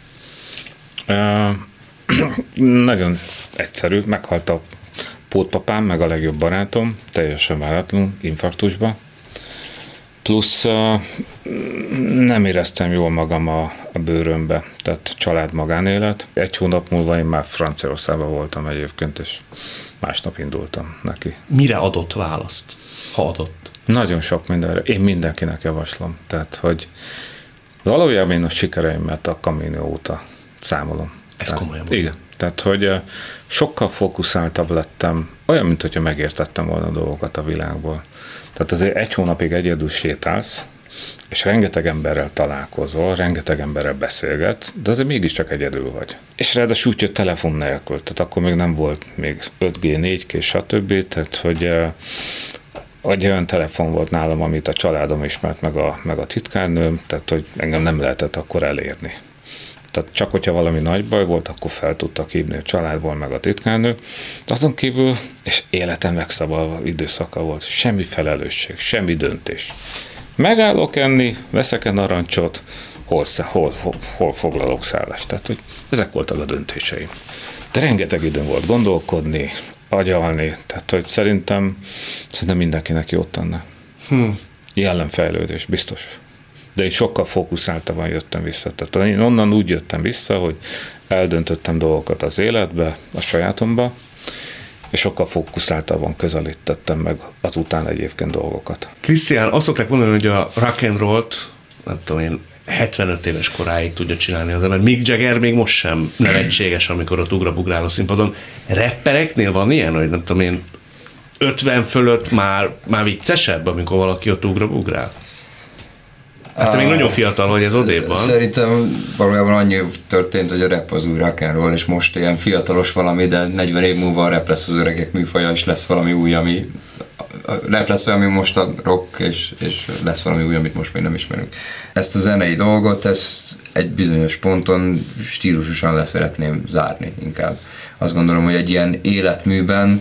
Uh, nagyon egyszerű, meghalt a pótpapám, meg a legjobb barátom, teljesen váratlanul, infarktusba. Plusz uh, nem éreztem jól magam a, a bőrömbe, tehát család magánélet. Egy hónap múlva én már Franciaországban voltam egyébként, és másnap indultam neki. Mire adott választ, ha adott? Nagyon sok mindenre. Én mindenkinek javaslom. Tehát, hogy valójában én a sikereimet a Camino óta számolom. Ez komolyan. Igen. Tehát, hogy sokkal fókuszáltabb lettem, olyan, mint hogyha megértettem volna a dolgokat a világból. Tehát azért egy hónapig egyedül sétálsz, és rengeteg emberrel találkozol, rengeteg emberrel beszélgetsz, de azért mégiscsak egyedül vagy. És ráadásul úgy, hogy telefon nélkül, tehát akkor még nem volt még öt G, négy G, stb. Tehát, hogy egy olyan telefon volt nálam, amit a családom ismert, meg a, meg a titkárnőm, tehát, hogy engem nem lehetett akkor elérni. Tehát csak hogyha valami nagy baj volt, akkor fel tudtak hívni a családból, meg a titkárnő. Azon kívül, és életem megszabaduló időszaka volt, semmi felelősség, semmi döntés. Megállok enni, veszek-e narancsot, hol, hol, hol, hol foglalok szállást. Tehát, hogy ezek voltak a döntéseim. De rengeteg időm volt gondolkodni, agyalni, tehát, hogy szerintem, szerintem mindenkinek jót tenne. Hmm. Jellemfejlődés, biztos. De én sokkal fókuszáltabban jöttem vissza. Tehát én onnan úgy jöttem vissza, hogy eldöntöttem dolgokat az életbe, a sajátomba, és sokkal fókuszáltabban közelítettem meg azután egyébként dolgokat. Krisztián, azt szokták mondani, hogy a rock and rollt, nem tudom én, hetvenöt éves koráig tudja csinálni az ember. Mick Jagger még most sem nevetséges, amikor ott ugra-bugrál a színpadon. Rappereknél van ilyen, hogy nem tudom én, ötven fölött már, már viccesebb, amikor valaki ott ugra-bugrál? Hát te még nagyon fiatal vagy, ez odébb van. Szerintem valójában annyi történt, hogy a rap az új rock and roll, és most ilyen fiatalos valami, de negyven év múlva a rap lesz az öregek műfaja, és lesz valami új, ami a rap lesz olyan, ami most a rock, és, és lesz valami új, amit most még nem ismerünk. Ezt a zenei dolgot, ezt egy bizonyos ponton stílusosan le szeretném zárni inkább. Azt gondolom, hogy egy ilyen életműben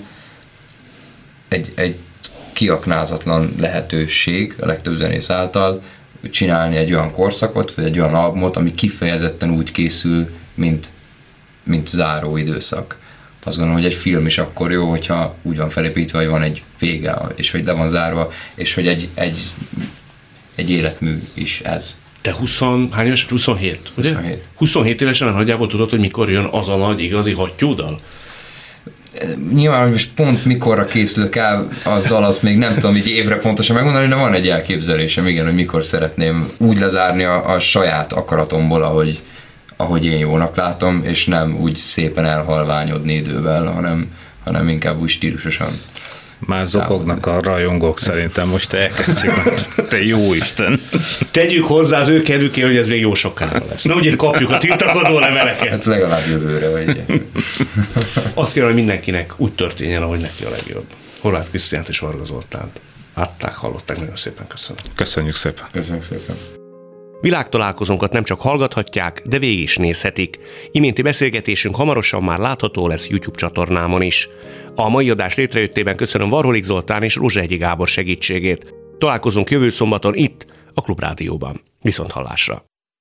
egy, egy kiaknázatlan lehetőség a legtöbb zenész által csinálni egy olyan korszakot, vagy egy olyan albumot, ami kifejezetten úgy készül, mint, mint záró időszak. Azt gondolom, hogy egy film is akkor jó, hogyha úgy van felépítve, hogy van egy vége, és hogy le van zárva, és hogy egy, egy, egy életmű is ez. Te húsz, hány éves? huszonhét, ugye? huszonhét. huszonhét évesen nagyjából tudod, hogy mikor jön az a nagy igazi hattyúdal? Nyilván, hogy most pont mikorra készülök el azzal, azt még nem tudom így évre pontosan megmondani, de van egy elképzelésem, igen, hogy mikor szeretném úgy lezárni a, a saját akaratomból, ahogy, ahogy én jónak látom, és nem úgy szépen elhalványodni idővel, hanem, hanem inkább úgy stílusosan. Már zokognak a rajongók szerintem, most elkezdik, te jó Isten. Tegyük hozzá az ő kedvükért, hogy ez még jó sokára lesz. Na ugye kapjuk a tiltakozó leveleket. Hát legalább jövőre, vagy. Azt kérem, hogy mindenkinek úgy történjen, ahogy neki a legjobb. Horváth Krisztiánt és Varga Zoltánt látták, hallották, nagyon szépen köszönöm. Köszönjük szépen. Köszönjük szépen. Világtalálkozónkat nem csak hallgathatják, de végig is nézhetik. Iménti beszélgetésünk hamarosan már látható lesz YouTube csatornámon is. A mai adás létrejöttében köszönöm Varholik Zoltán és Rózsahegyi Gábor segítségét. Találkozunk jövő szombaton itt, a Klubrádióban. Viszont hallásra!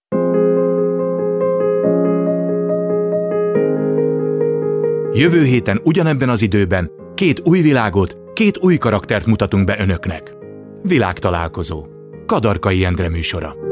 Jövő héten ugyanebben az időben két új világot, két új karaktert mutatunk be önöknek. Világtalálkozó. Kadarkai Endre műsora.